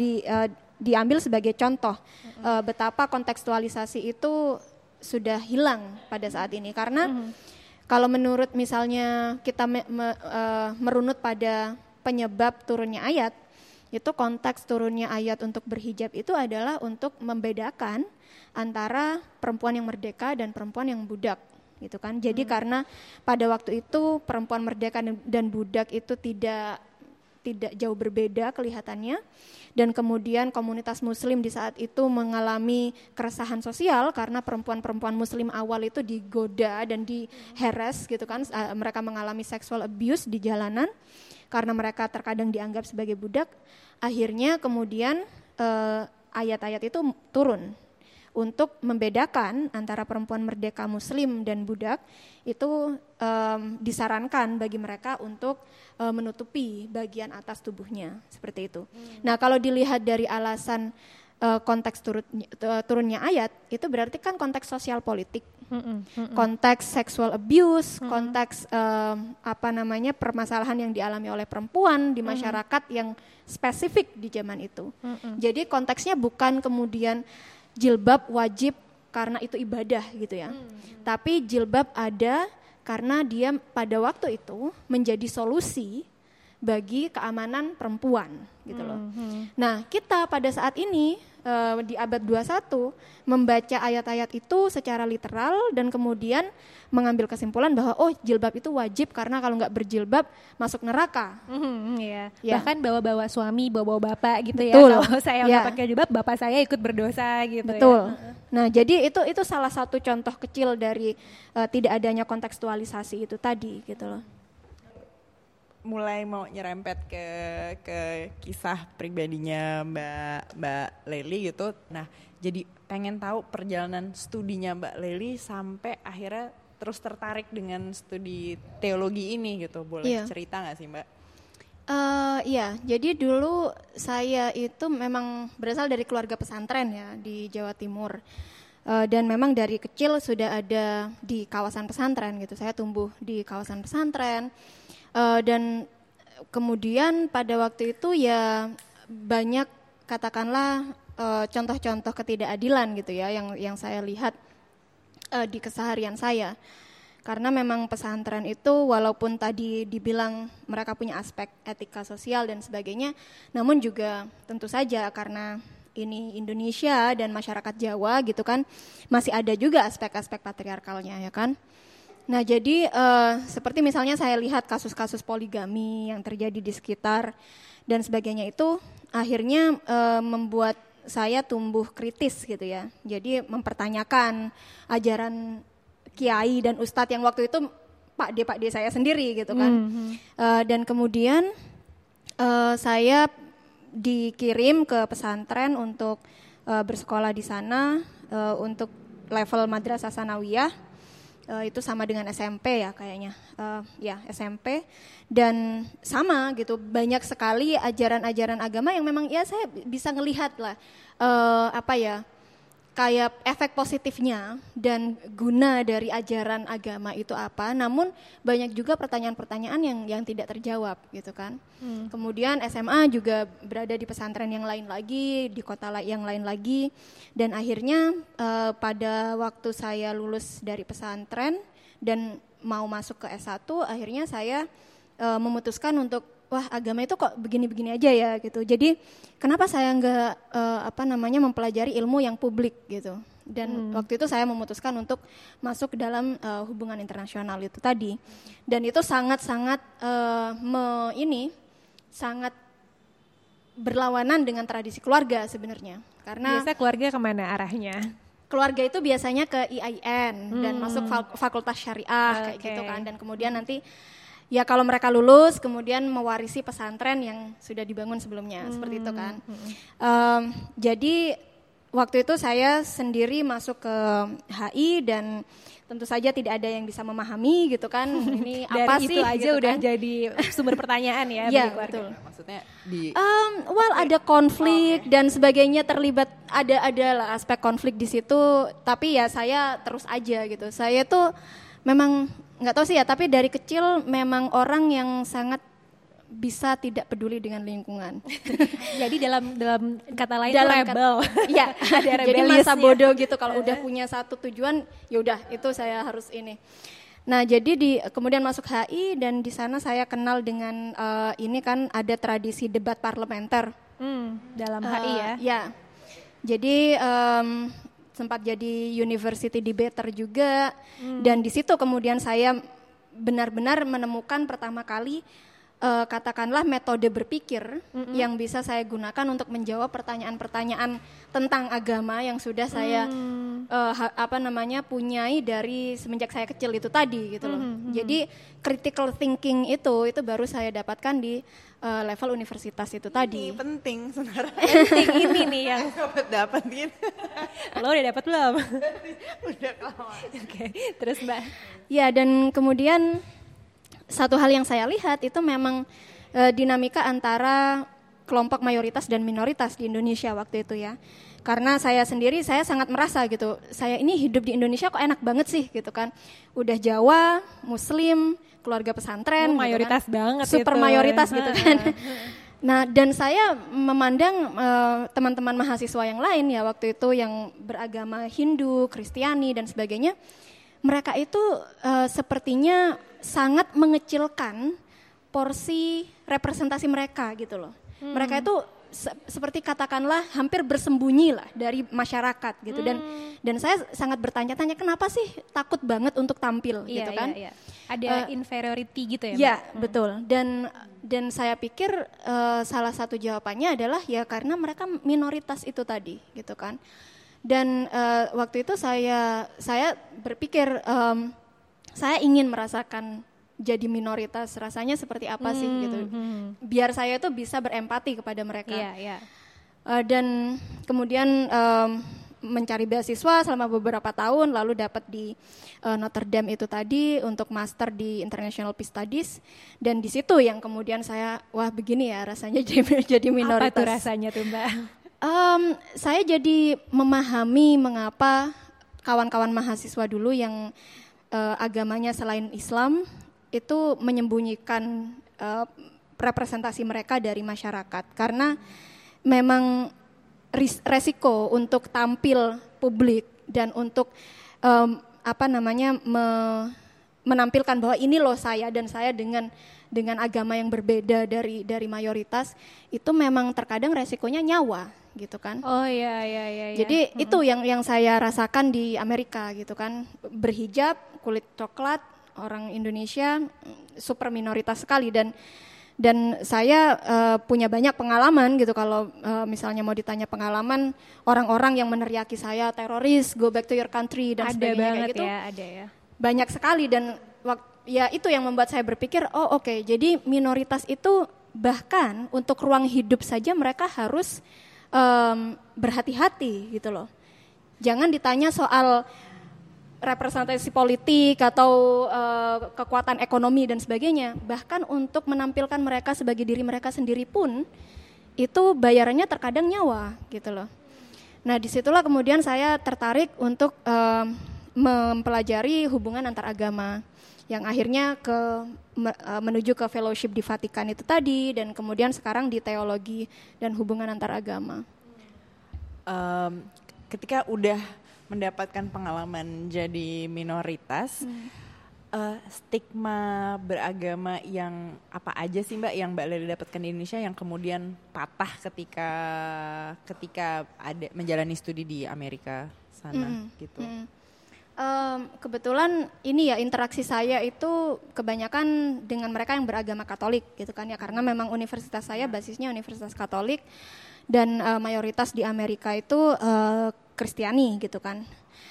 diambil sebagai contoh betapa kontekstualisasi itu sudah hilang pada saat ini. Karena kalau menurut misalnya kita merunut pada penyebab turunnya ayat, itu konteks turunnya ayat untuk berhijab itu adalah untuk membedakan antara perempuan yang merdeka dan perempuan yang budak. Gitu kan. Jadi karena pada waktu itu perempuan merdeka dan budak itu tidak jauh berbeda kelihatannya, dan kemudian komunitas muslim di saat itu mengalami keresahan sosial karena perempuan-perempuan muslim awal itu digoda dan diheres gitu kan, mereka mengalami sexual abuse di jalanan karena mereka terkadang dianggap sebagai budak. Akhirnya kemudian ayat-ayat itu turun untuk membedakan antara perempuan merdeka muslim dan budak. Itu disarankan bagi mereka untuk menutupi bagian atas tubuhnya, seperti itu. Nah, kalau dilihat dari alasan konteks turunnya ayat, itu berarti kan konteks sosial politik, konteks sexual abuse, konteks permasalahan yang dialami oleh perempuan di masyarakat yang spesifik di zaman itu. Jadi konteksnya bukan kemudian jilbab wajib karena itu ibadah gitu ya. Tapi jilbab ada karena dia pada waktu itu menjadi solusi bagi keamanan perempuan gitu loh. Nah, kita pada saat ini di abad 21 membaca ayat-ayat itu secara literal dan kemudian mengambil kesimpulan bahwa jilbab itu wajib karena kalau nggak berjilbab masuk neraka. Ya. Bahkan bawa-bawa suami, bawa-bawa bapak gitu. Betul. Ya. Kalau saya nggak pakai jilbab, bapak saya ikut berdosa gitu. Betul. Ya. Nah, jadi itu salah satu contoh kecil dari tidak adanya kontekstualisasi itu tadi gitu loh. Mulai mau nyerempet ke kisah pribadinya Mbak Lely gitu. Nah, jadi pengen tahu perjalanan studinya Mbak Lely sampai akhirnya terus tertarik dengan studi teologi ini gitu. Boleh cerita nggak sih Mbak? Iya, jadi dulu saya itu memang berasal dari keluarga pesantren ya di Jawa Timur. Dan memang dari kecil sudah ada di kawasan pesantren gitu. Saya tumbuh di kawasan pesantren. Dan kemudian pada waktu itu ya banyak katakanlah contoh-contoh ketidakadilan gitu ya yang saya lihat di keseharian saya. Karena memang pesantren itu walaupun tadi dibilang mereka punya aspek etika sosial dan sebagainya, namun juga tentu saja karena ini Indonesia dan masyarakat Jawa gitu kan, masih ada juga aspek-aspek patriarkalnya ya kan. Nah, jadi seperti misalnya saya lihat kasus-kasus poligami yang terjadi di sekitar dan sebagainya itu akhirnya membuat saya tumbuh kritis gitu ya. Jadi mempertanyakan ajaran kiai dan ustadz yang waktu itu Pak D saya sendiri gitu kan. Dan kemudian saya dikirim ke pesantren untuk bersekolah di sana untuk level madrasah sanawiyah. Itu sama dengan SMP ya kayaknya, SMP, dan sama gitu, banyak sekali ajaran-ajaran agama yang memang ya saya bisa ngelihat lah kayak efek positifnya dan guna dari ajaran agama itu apa, namun banyak juga pertanyaan-pertanyaan yang tidak terjawab gitu kan. Kemudian SMA juga berada di pesantren yang lain lagi, di kota yang lain lagi, dan akhirnya pada waktu saya lulus dari pesantren dan mau masuk ke S1, akhirnya saya memutuskan untuk wah agama itu kok begini-begini aja ya gitu. Jadi kenapa saya nggak mempelajari ilmu yang publik gitu. Dan waktu itu saya memutuskan untuk masuk ke dalam hubungan internasional itu tadi. Dan itu sangat-sangat sangat berlawanan dengan tradisi keluarga sebenarnya. Karena biasa keluarga kemana arahnya? Keluarga itu biasanya ke IAIN dan masuk fakultas syariah kayak gitu kan. Dan kemudian nanti ya kalau mereka lulus kemudian mewarisi pesantren yang sudah dibangun sebelumnya seperti itu kan. Jadi waktu itu saya sendiri masuk ke HI dan tentu saja tidak ada yang bisa memahami gitu kan. Ini apa dari sih? Itu aja gitu udah kan. jadi sumber pertanyaan ya bagi keluarga. Betul. Maksudnya ada konflik dan sebagainya terlibat ada lah aspek konflik di situ. Tapi ya saya terus aja gitu. Saya tuh memang nggak tahu sih ya. Tapi dari kecil memang orang yang sangat bisa tidak peduli dengan lingkungan. Jadi dalam kata lain itu rebel. Iya, jadi masa bodoh gitu kalau udah punya satu tujuan, ya udah itu saya harus ini. Nah, jadi kemudian masuk HI dan di sana saya kenal dengan ini kan ada tradisi debat parlementer dalam HI ya. Ya. Jadi sempat jadi university debater juga dan di situ kemudian saya benar-benar menemukan pertama kali katakanlah metode berpikir yang bisa saya gunakan untuk menjawab pertanyaan-pertanyaan tentang agama yang sudah saya punyai dari semenjak saya kecil itu tadi gitu loh. Jadi critical thinking itu baru saya dapatkan di level universitas itu tadi. Ini penting sebenarnya. Penting ini nih yang dapat gitu. Lo udah dapat belum? Udah kawan. Oke, terus Mbak. Ya, dan kemudian satu hal yang saya lihat itu memang dinamika antara kelompok mayoritas dan minoritas di Indonesia waktu itu ya. Karena saya sendiri saya sangat merasa gitu, saya ini hidup di Indonesia kok enak banget sih gitu kan. Udah Jawa, Muslim, keluarga pesantren, mayoritas gitu kan. banget super itu. Mayoritas gitu kan. Nah, dan saya memandang teman-teman mahasiswa yang lain ya waktu itu yang beragama Hindu, Kristiani dan sebagainya, mereka itu sepertinya sangat mengecilkan porsi representasi mereka gitu loh. Mereka itu seperti katakanlah hampir bersembunyi lah dari masyarakat gitu dan saya sangat bertanya-tanya kenapa sih takut banget untuk tampil gitu kan. Iya. Ada inferiority gitu ya. Iya, betul. Dan saya pikir salah satu jawabannya adalah ya karena mereka minoritas itu tadi gitu kan. Dan waktu itu saya berpikir saya ingin merasakan jadi minoritas, rasanya seperti apa sih gitu. Biar saya itu bisa berempati kepada mereka. Iya. Dan kemudian mencari beasiswa selama beberapa tahun, lalu dapat di Notre Dame itu tadi untuk master di International Peace Studies. Dan di situ yang kemudian saya, wah begini ya rasanya jadi minoritas. Apa tuh rasanya tuh Mbak? Saya jadi memahami mengapa kawan-kawan mahasiswa dulu yang agamanya selain Islam itu menyembunyikan representasi mereka dari masyarakat karena memang resiko untuk tampil publik dan untuk menampilkan bahwa ini loh saya dan saya dengan agama yang berbeda dari mayoritas itu memang terkadang resikonya nyawa gitu kan. Oh iya. Jadi itu yang saya rasakan di Amerika gitu kan, berhijab, kulit coklat, orang Indonesia super minoritas sekali dan saya punya banyak pengalaman gitu kalau misalnya mau ditanya pengalaman orang-orang yang meneriaki saya teroris, go back to your country dan sebagainya kayak gitu. Ada ya. Banyak sekali dan ya itu yang membuat saya berpikir oke, jadi minoritas itu bahkan untuk ruang hidup saja mereka harus berhati-hati gitu loh. Jangan ditanya soal representasi politik atau kekuatan ekonomi dan sebagainya. Bahkan untuk menampilkan mereka sebagai diri mereka sendiri pun itu bayarannya terkadang nyawa gitu loh. Nah disitulah kemudian saya tertarik untuk mempelajari hubungan antar agama yang akhirnya menuju ke fellowship di Vatikan itu tadi dan kemudian sekarang di teologi dan hubungan antar agama. Ketika udah mendapatkan pengalaman jadi minoritas, stigma beragama yang apa aja sih Mbak yang Mbak Lely dapatkan di Indonesia yang kemudian patah ketika ada menjalani studi di Amerika sana gitu? Kebetulan ini ya interaksi saya itu kebanyakan dengan mereka yang beragama Katolik gitu kan ya, karena memang universitas saya basisnya Universitas Katolik dan mayoritas di Amerika itu Kristiani gitu kan.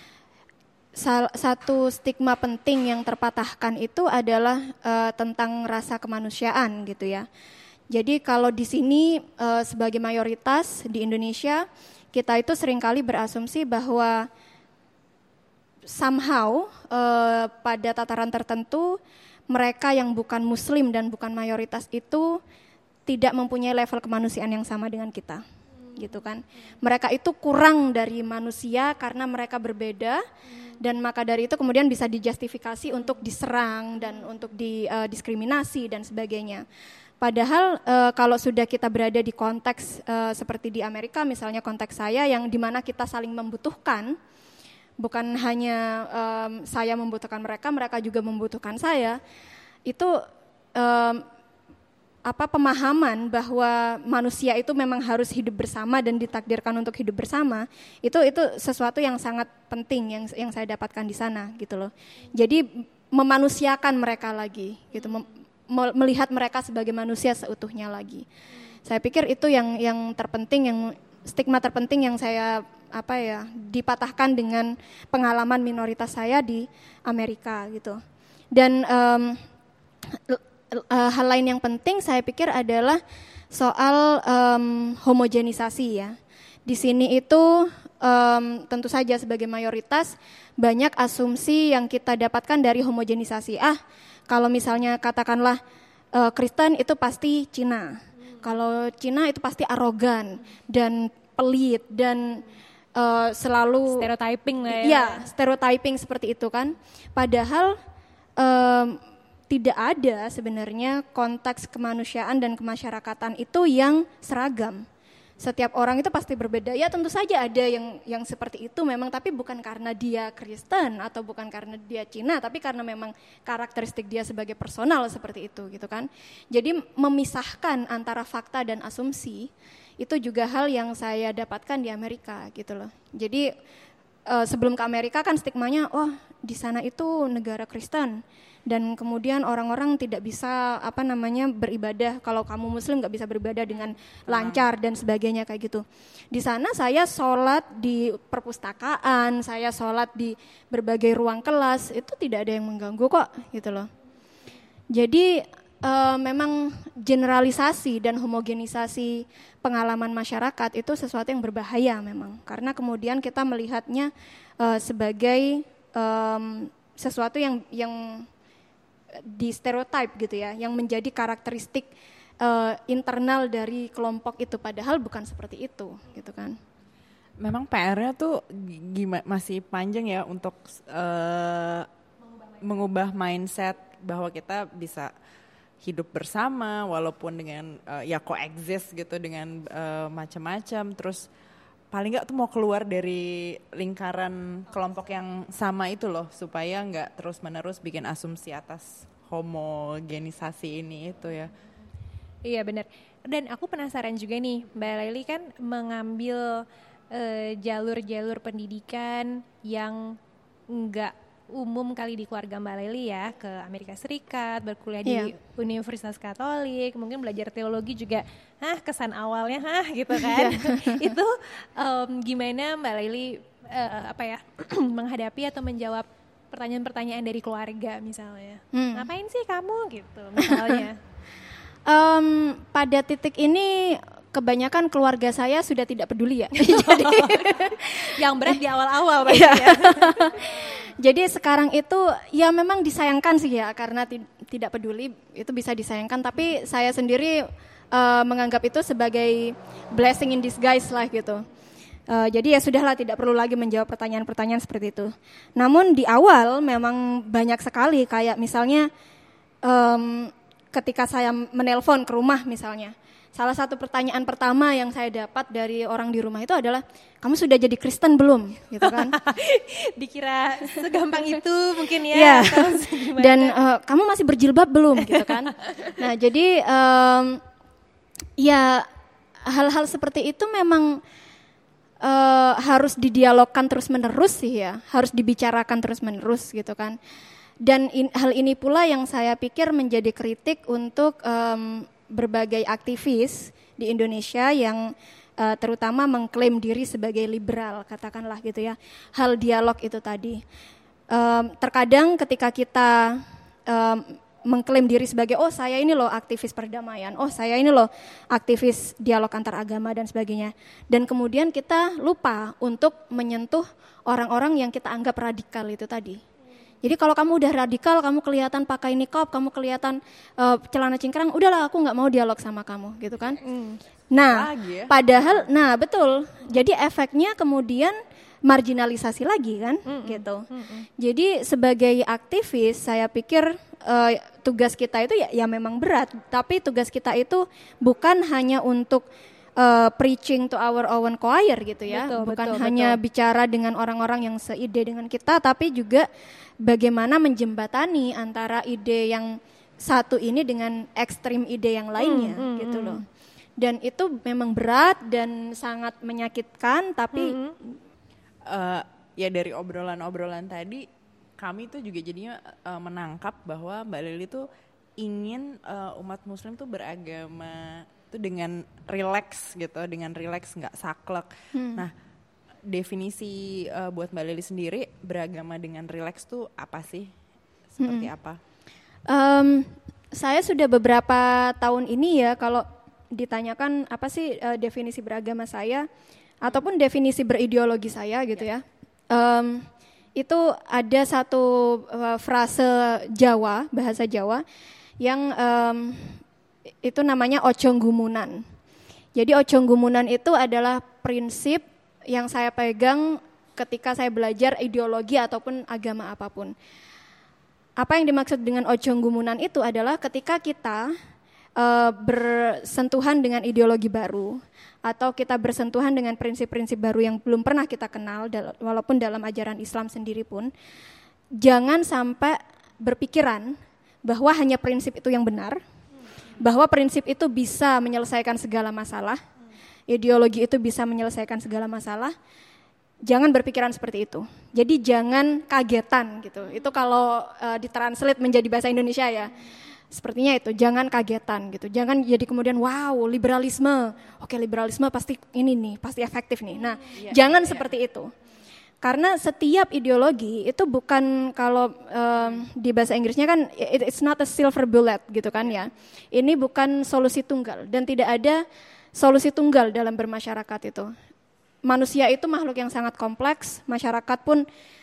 Satu stigma penting yang terpatahkan itu adalah tentang rasa kemanusiaan gitu ya. Jadi kalau di sini sebagai mayoritas di Indonesia, kita itu seringkali berasumsi bahwa somehow pada tataran tertentu mereka yang bukan Muslim dan bukan mayoritas itu tidak mempunyai level kemanusiaan yang sama dengan kita. Gitu kan. Mereka itu kurang dari manusia karena mereka berbeda. Dan maka dari itu kemudian bisa dijustifikasi untuk diserang dan untuk didiskriminasi dan sebagainya. Padahal kalau sudah kita berada di konteks seperti di Amerika, misalnya konteks saya yang dimana kita saling membutuhkan, bukan hanya saya membutuhkan mereka, mereka juga membutuhkan saya, itu pemahaman bahwa manusia itu memang harus hidup bersama dan ditakdirkan untuk hidup bersama, itu sesuatu yang sangat penting yang saya dapatkan di sana gitu loh. Jadi memanusiakan mereka lagi gitu, melihat mereka sebagai manusia seutuhnya lagi. Saya pikir itu yang terpenting, yang stigma terpenting yang saya dipatahkan dengan pengalaman minoritas saya di Amerika gitu. Dan hal lain yang penting saya pikir adalah soal homogenisasi ya. Di sini itu tentu saja sebagai mayoritas banyak asumsi yang kita dapatkan dari homogenisasi. Kalau misalnya katakanlah Kristen itu pasti Cina. Kalau Cina itu pasti arogan dan pelit dan selalu stereotyping lah ya. Iya, stereotyping seperti itu kan. Padahal tidak ada sebenarnya konteks kemanusiaan dan kemasyarakatan itu yang seragam. Setiap orang itu pasti berbeda. Ya tentu saja ada yang seperti itu memang, tapi bukan karena dia Kristen atau bukan karena dia Cina, tapi karena memang karakteristik dia sebagai personal seperti itu gitu kan. Jadi memisahkan antara fakta dan asumsi itu juga hal yang saya dapatkan di Amerika gitu loh. Jadi sebelum ke Amerika kan stigmanya, di sana itu negara Kristen. Dan kemudian orang-orang tidak bisa beribadah, kalau kamu Muslim nggak bisa beribadah dengan lancar dan sebagainya kayak gitu. Di sana saya sholat di perpustakaan, saya sholat di berbagai ruang kelas, itu tidak ada yang mengganggu kok gitu loh. Jadi memang generalisasi dan homogenisasi pengalaman masyarakat itu sesuatu yang berbahaya memang, karena kemudian kita melihatnya sebagai sesuatu yang di stereotype gitu ya, yang menjadi karakteristik internal dari kelompok itu, padahal bukan seperti itu gitu kan. Memang PR-nya tuh masih panjang ya untuk mengubah mindset bahwa kita bisa hidup bersama walaupun dengan coexist gitu dengan macam-macam, terus paling nggak tuh mau keluar dari lingkaran kelompok yang sama itu loh, supaya nggak terus-menerus bikin asumsi atas homogenisasi ini itu ya. Iya benar. Dan aku penasaran juga nih, Mbak Lely kan mengambil jalur-jalur pendidikan yang nggak umum kali di keluarga Mbak Lely ya, ke Amerika Serikat, berkuliah di Universitas Katolik, mungkin belajar teologi juga, kesan awalnya gitu kan. Itu gimana Mbak Lely menghadapi atau menjawab pertanyaan-pertanyaan dari keluarga misalnya, ngapain sih kamu gitu misalnya. Pada titik ini kebanyakan keluarga saya sudah tidak peduli ya. Jadi yang berat di awal-awal pasti ya. Jadi sekarang itu ya memang disayangkan sih ya, karena tidak peduli itu bisa disayangkan, tapi saya sendiri menganggap itu sebagai blessing in disguise lah gitu. Jadi ya sudahlah, tidak perlu lagi menjawab pertanyaan-pertanyaan seperti itu. Namun di awal memang banyak sekali, kayak misalnya ketika saya menelpon ke rumah misalnya, salah satu pertanyaan pertama yang saya dapat dari orang di rumah itu adalah, kamu sudah jadi Kristen belum? Gitu kan? Dikira segampang itu mungkin ya. Yeah. Dan kamu masih berjilbab belum? Gitu kan? Nah jadi ya hal-hal seperti itu memang harus didialogkan terus-menerus sih ya, harus dibicarakan terus-menerus gitu kan. Dan hal ini pula yang saya pikir menjadi kritik untuk berbagai aktivis di Indonesia yang terutama mengklaim diri sebagai liberal, katakanlah gitu ya. Hal dialog itu tadi. Terkadang ketika kita mengklaim diri sebagai, oh saya ini loh aktivis perdamaian, oh saya ini loh aktivis dialog antar agama dan sebagainya. Dan kemudian kita lupa untuk menyentuh orang-orang yang kita anggap radikal itu tadi. Jadi kalau kamu udah radikal, kamu kelihatan pakai niqab, kamu kelihatan celana cingkrang, udahlah aku nggak mau dialog sama kamu, gitu kan? Nah, padahal, nah betul. Jadi efeknya kemudian marginalisasi lagi kan, gitu. Jadi sebagai aktivis, saya pikir tugas kita itu ya memang berat, tapi tugas kita itu bukan hanya untuk preaching to our own choir gitu ya, bukan hanya bicara dengan orang-orang yang seide dengan kita, tapi juga bagaimana menjembatani antara ide yang satu ini dengan ekstrim ide yang lainnya gitu loh. Dan itu memang berat dan sangat menyakitkan, tapi ya dari obrolan-obrolan tadi kami tuh juga jadinya menangkap bahwa Mbak Lily tuh ingin umat muslim tuh beragama itu dengan rileks gitu, dengan rileks nggak saklek. Nah, definisi buat Mbak Lily sendiri beragama dengan rileks tuh apa sih? Seperti apa? Saya sudah beberapa tahun ini ya, kalau ditanyakan apa sih definisi beragama saya ataupun definisi berideologi saya gitu ya. Itu ada satu frase Jawa, bahasa Jawa yang itu namanya ojonggumunan. Jadi ojonggumunan itu adalah prinsip yang saya pegang ketika saya belajar ideologi ataupun agama apapun. Apa yang dimaksud dengan ojonggumunan itu adalah ketika kita bersentuhan dengan ideologi baru atau kita bersentuhan dengan prinsip-prinsip baru yang belum pernah kita kenal, walaupun dalam ajaran Islam sendiri pun, jangan sampai berpikiran bahwa hanya prinsip itu yang benar, bahwa prinsip itu bisa menyelesaikan segala masalah, ideologi itu bisa menyelesaikan segala masalah. Jangan berpikiran seperti itu. Jadi jangan kagetan gitu. Itu kalau ditranslate menjadi bahasa Indonesia ya. Sepertinya itu, jangan kagetan gitu. Jangan jadi kemudian wow, liberalisme. Oke, liberalisme pasti ini nih, pasti efektif nih. Nah, jangan seperti itu. Karena setiap ideologi itu bukan, kalau di bahasa Inggrisnya kan it's not a silver bullet gitu kan ya. Ini bukan solusi tunggal dan tidak ada solusi tunggal dalam bermasyarakat itu. Manusia itu makhluk yang sangat kompleks, masyarakat pun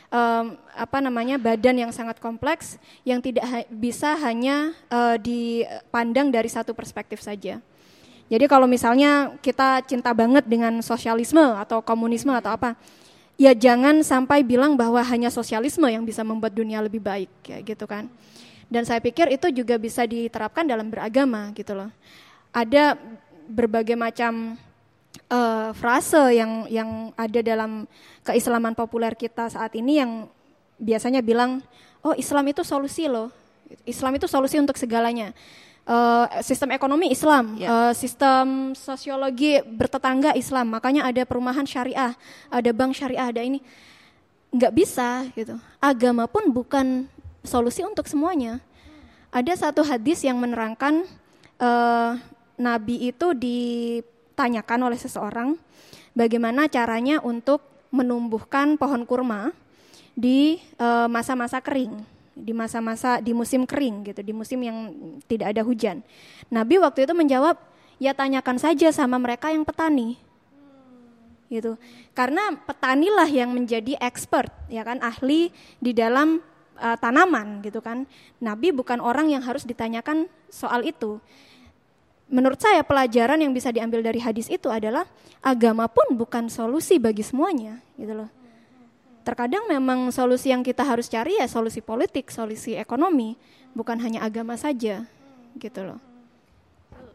badan yang sangat kompleks yang tidak bisa hanya dipandang dari satu perspektif saja. Jadi kalau misalnya kita cinta banget dengan sosialisme atau komunisme atau apa, ya jangan sampai bilang bahwa hanya sosialisme yang bisa membuat dunia lebih baik, ya gitu kan. Dan saya pikir itu juga bisa diterapkan dalam beragama gitu loh. Ada berbagai macam frase yang ada dalam keislaman populer kita saat ini yang biasanya bilang, oh Islam itu solusi loh, Islam itu solusi untuk segalanya. Sistem ekonomi Islam, sistem sosiologi bertetangga Islam, makanya ada perumahan syariah, ada bank syariah, ada ini. Nggak bisa gitu. Agama pun bukan solusi untuk semuanya. Ada satu hadis yang menerangkan Nabi itu ditanyakan oleh seseorang bagaimana caranya untuk menumbuhkan pohon kurma di masa-masa kering. Di musim kering gitu, di musim yang tidak ada hujan. Nabi waktu itu menjawab, ya tanyakan saja sama mereka yang petani. Gitu. Karena petanilah yang menjadi expert, ya kan, ahli di dalam tanaman gitu kan. Nabi bukan orang yang harus ditanyakan soal itu. Menurut saya pelajaran yang bisa diambil dari hadis itu adalah agama pun bukan solusi bagi semuanya, gitu loh. Terkadang memang solusi yang kita harus cari ya solusi politik, solusi ekonomi, bukan hanya agama saja, gitu loh.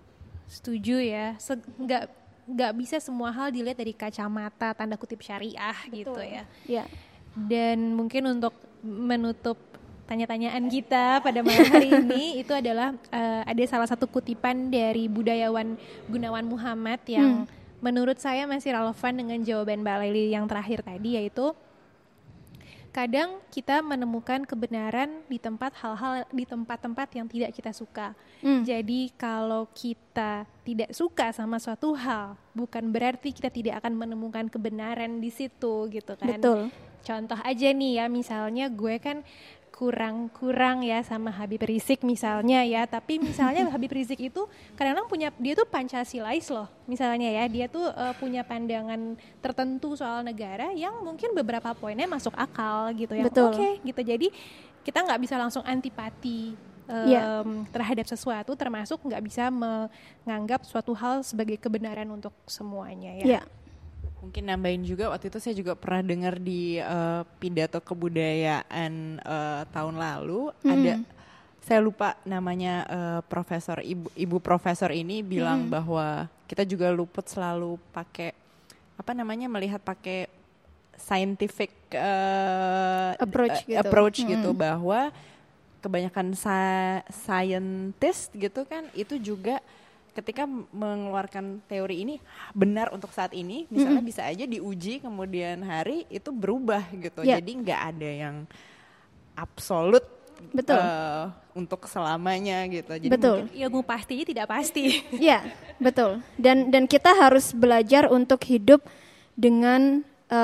setuju ya. Nggak bisa semua hal dilihat dari kacamata tanda kutip syariah. Betul. Gitu ya. Ya. Dan mungkin untuk menutup tanya-tanyaan kita pada malam hari ini itu adalah ada salah satu kutipan dari budayawan Gunawan Muhammad yang menurut saya masih relevan dengan jawaban Mbak Laili yang terakhir tadi, yaitu kadang kita menemukan kebenaran di tempat-tempat yang tidak kita suka. Jadi kalau kita tidak suka sama suatu hal, bukan berarti kita tidak akan menemukan kebenaran di situ gitu kan. Betul. Contoh aja nih ya, misalnya gue kan kurang ya sama Habib Rizik misalnya ya, tapi misalnya Habib Rizik itu kadang-kadang dia tuh Pancasilais loh misalnya ya, dia tuh punya pandangan tertentu soal negara yang mungkin beberapa poinnya masuk akal gitu ya. Oke, gitu. Jadi kita nggak bisa langsung antipati terhadap sesuatu, termasuk nggak bisa menganggap suatu hal sebagai kebenaran untuk semuanya ya. Mungkin nambahin juga, waktu itu saya juga pernah dengar di pidato kebudayaan tahun lalu, ada, saya lupa namanya, profesor, ibu profesor ini bilang bahwa kita juga luput selalu pakai, melihat pakai scientific approach gitu, bahwa kebanyakan scientist gitu kan, itu juga ketika mengeluarkan teori ini benar untuk saat ini, misalnya bisa aja diuji kemudian hari itu berubah gitu. Jadi nggak ada yang absolut untuk selamanya gitu. Jadi mungkin ilmu pastinya tidak pasti. Iya, betul. Dan kita harus belajar untuk hidup dengan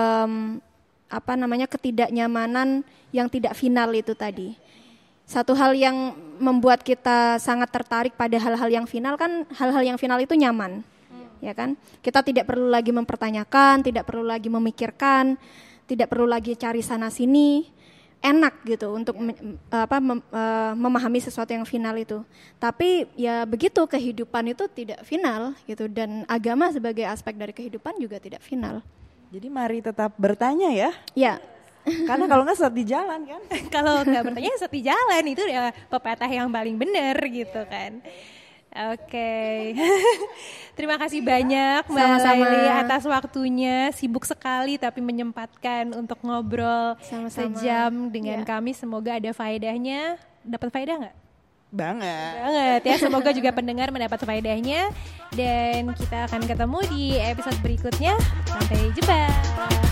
ketidaknyamanan yang tidak final itu tadi. Satu hal yang membuat kita sangat tertarik pada hal-hal yang final kan, hal-hal yang final itu nyaman, ya kan? Kita tidak perlu lagi mempertanyakan, tidak perlu lagi memikirkan, tidak perlu lagi cari sana sini, enak gitu untuk memahami sesuatu yang final itu. Tapi ya begitu, kehidupan itu tidak final gitu, dan agama sebagai aspek dari kehidupan juga tidak final. Jadi mari tetap bertanya ya. Ya. Karena kalau nggak sesat di jalan kan. Kalau nggak bertanya sesat di jalan, itu ya pepatah yang paling benar gitu kan. Oke. Terima kasih banyak Mbak Laili atas waktunya. Sibuk sekali tapi menyempatkan untuk ngobrol sejam dengan kami. Semoga ada faedahnya. Dapat faedah nggak? Banget ya. Semoga juga pendengar mendapat faedahnya. Dan kita akan ketemu di episode berikutnya. Sampai jumpa.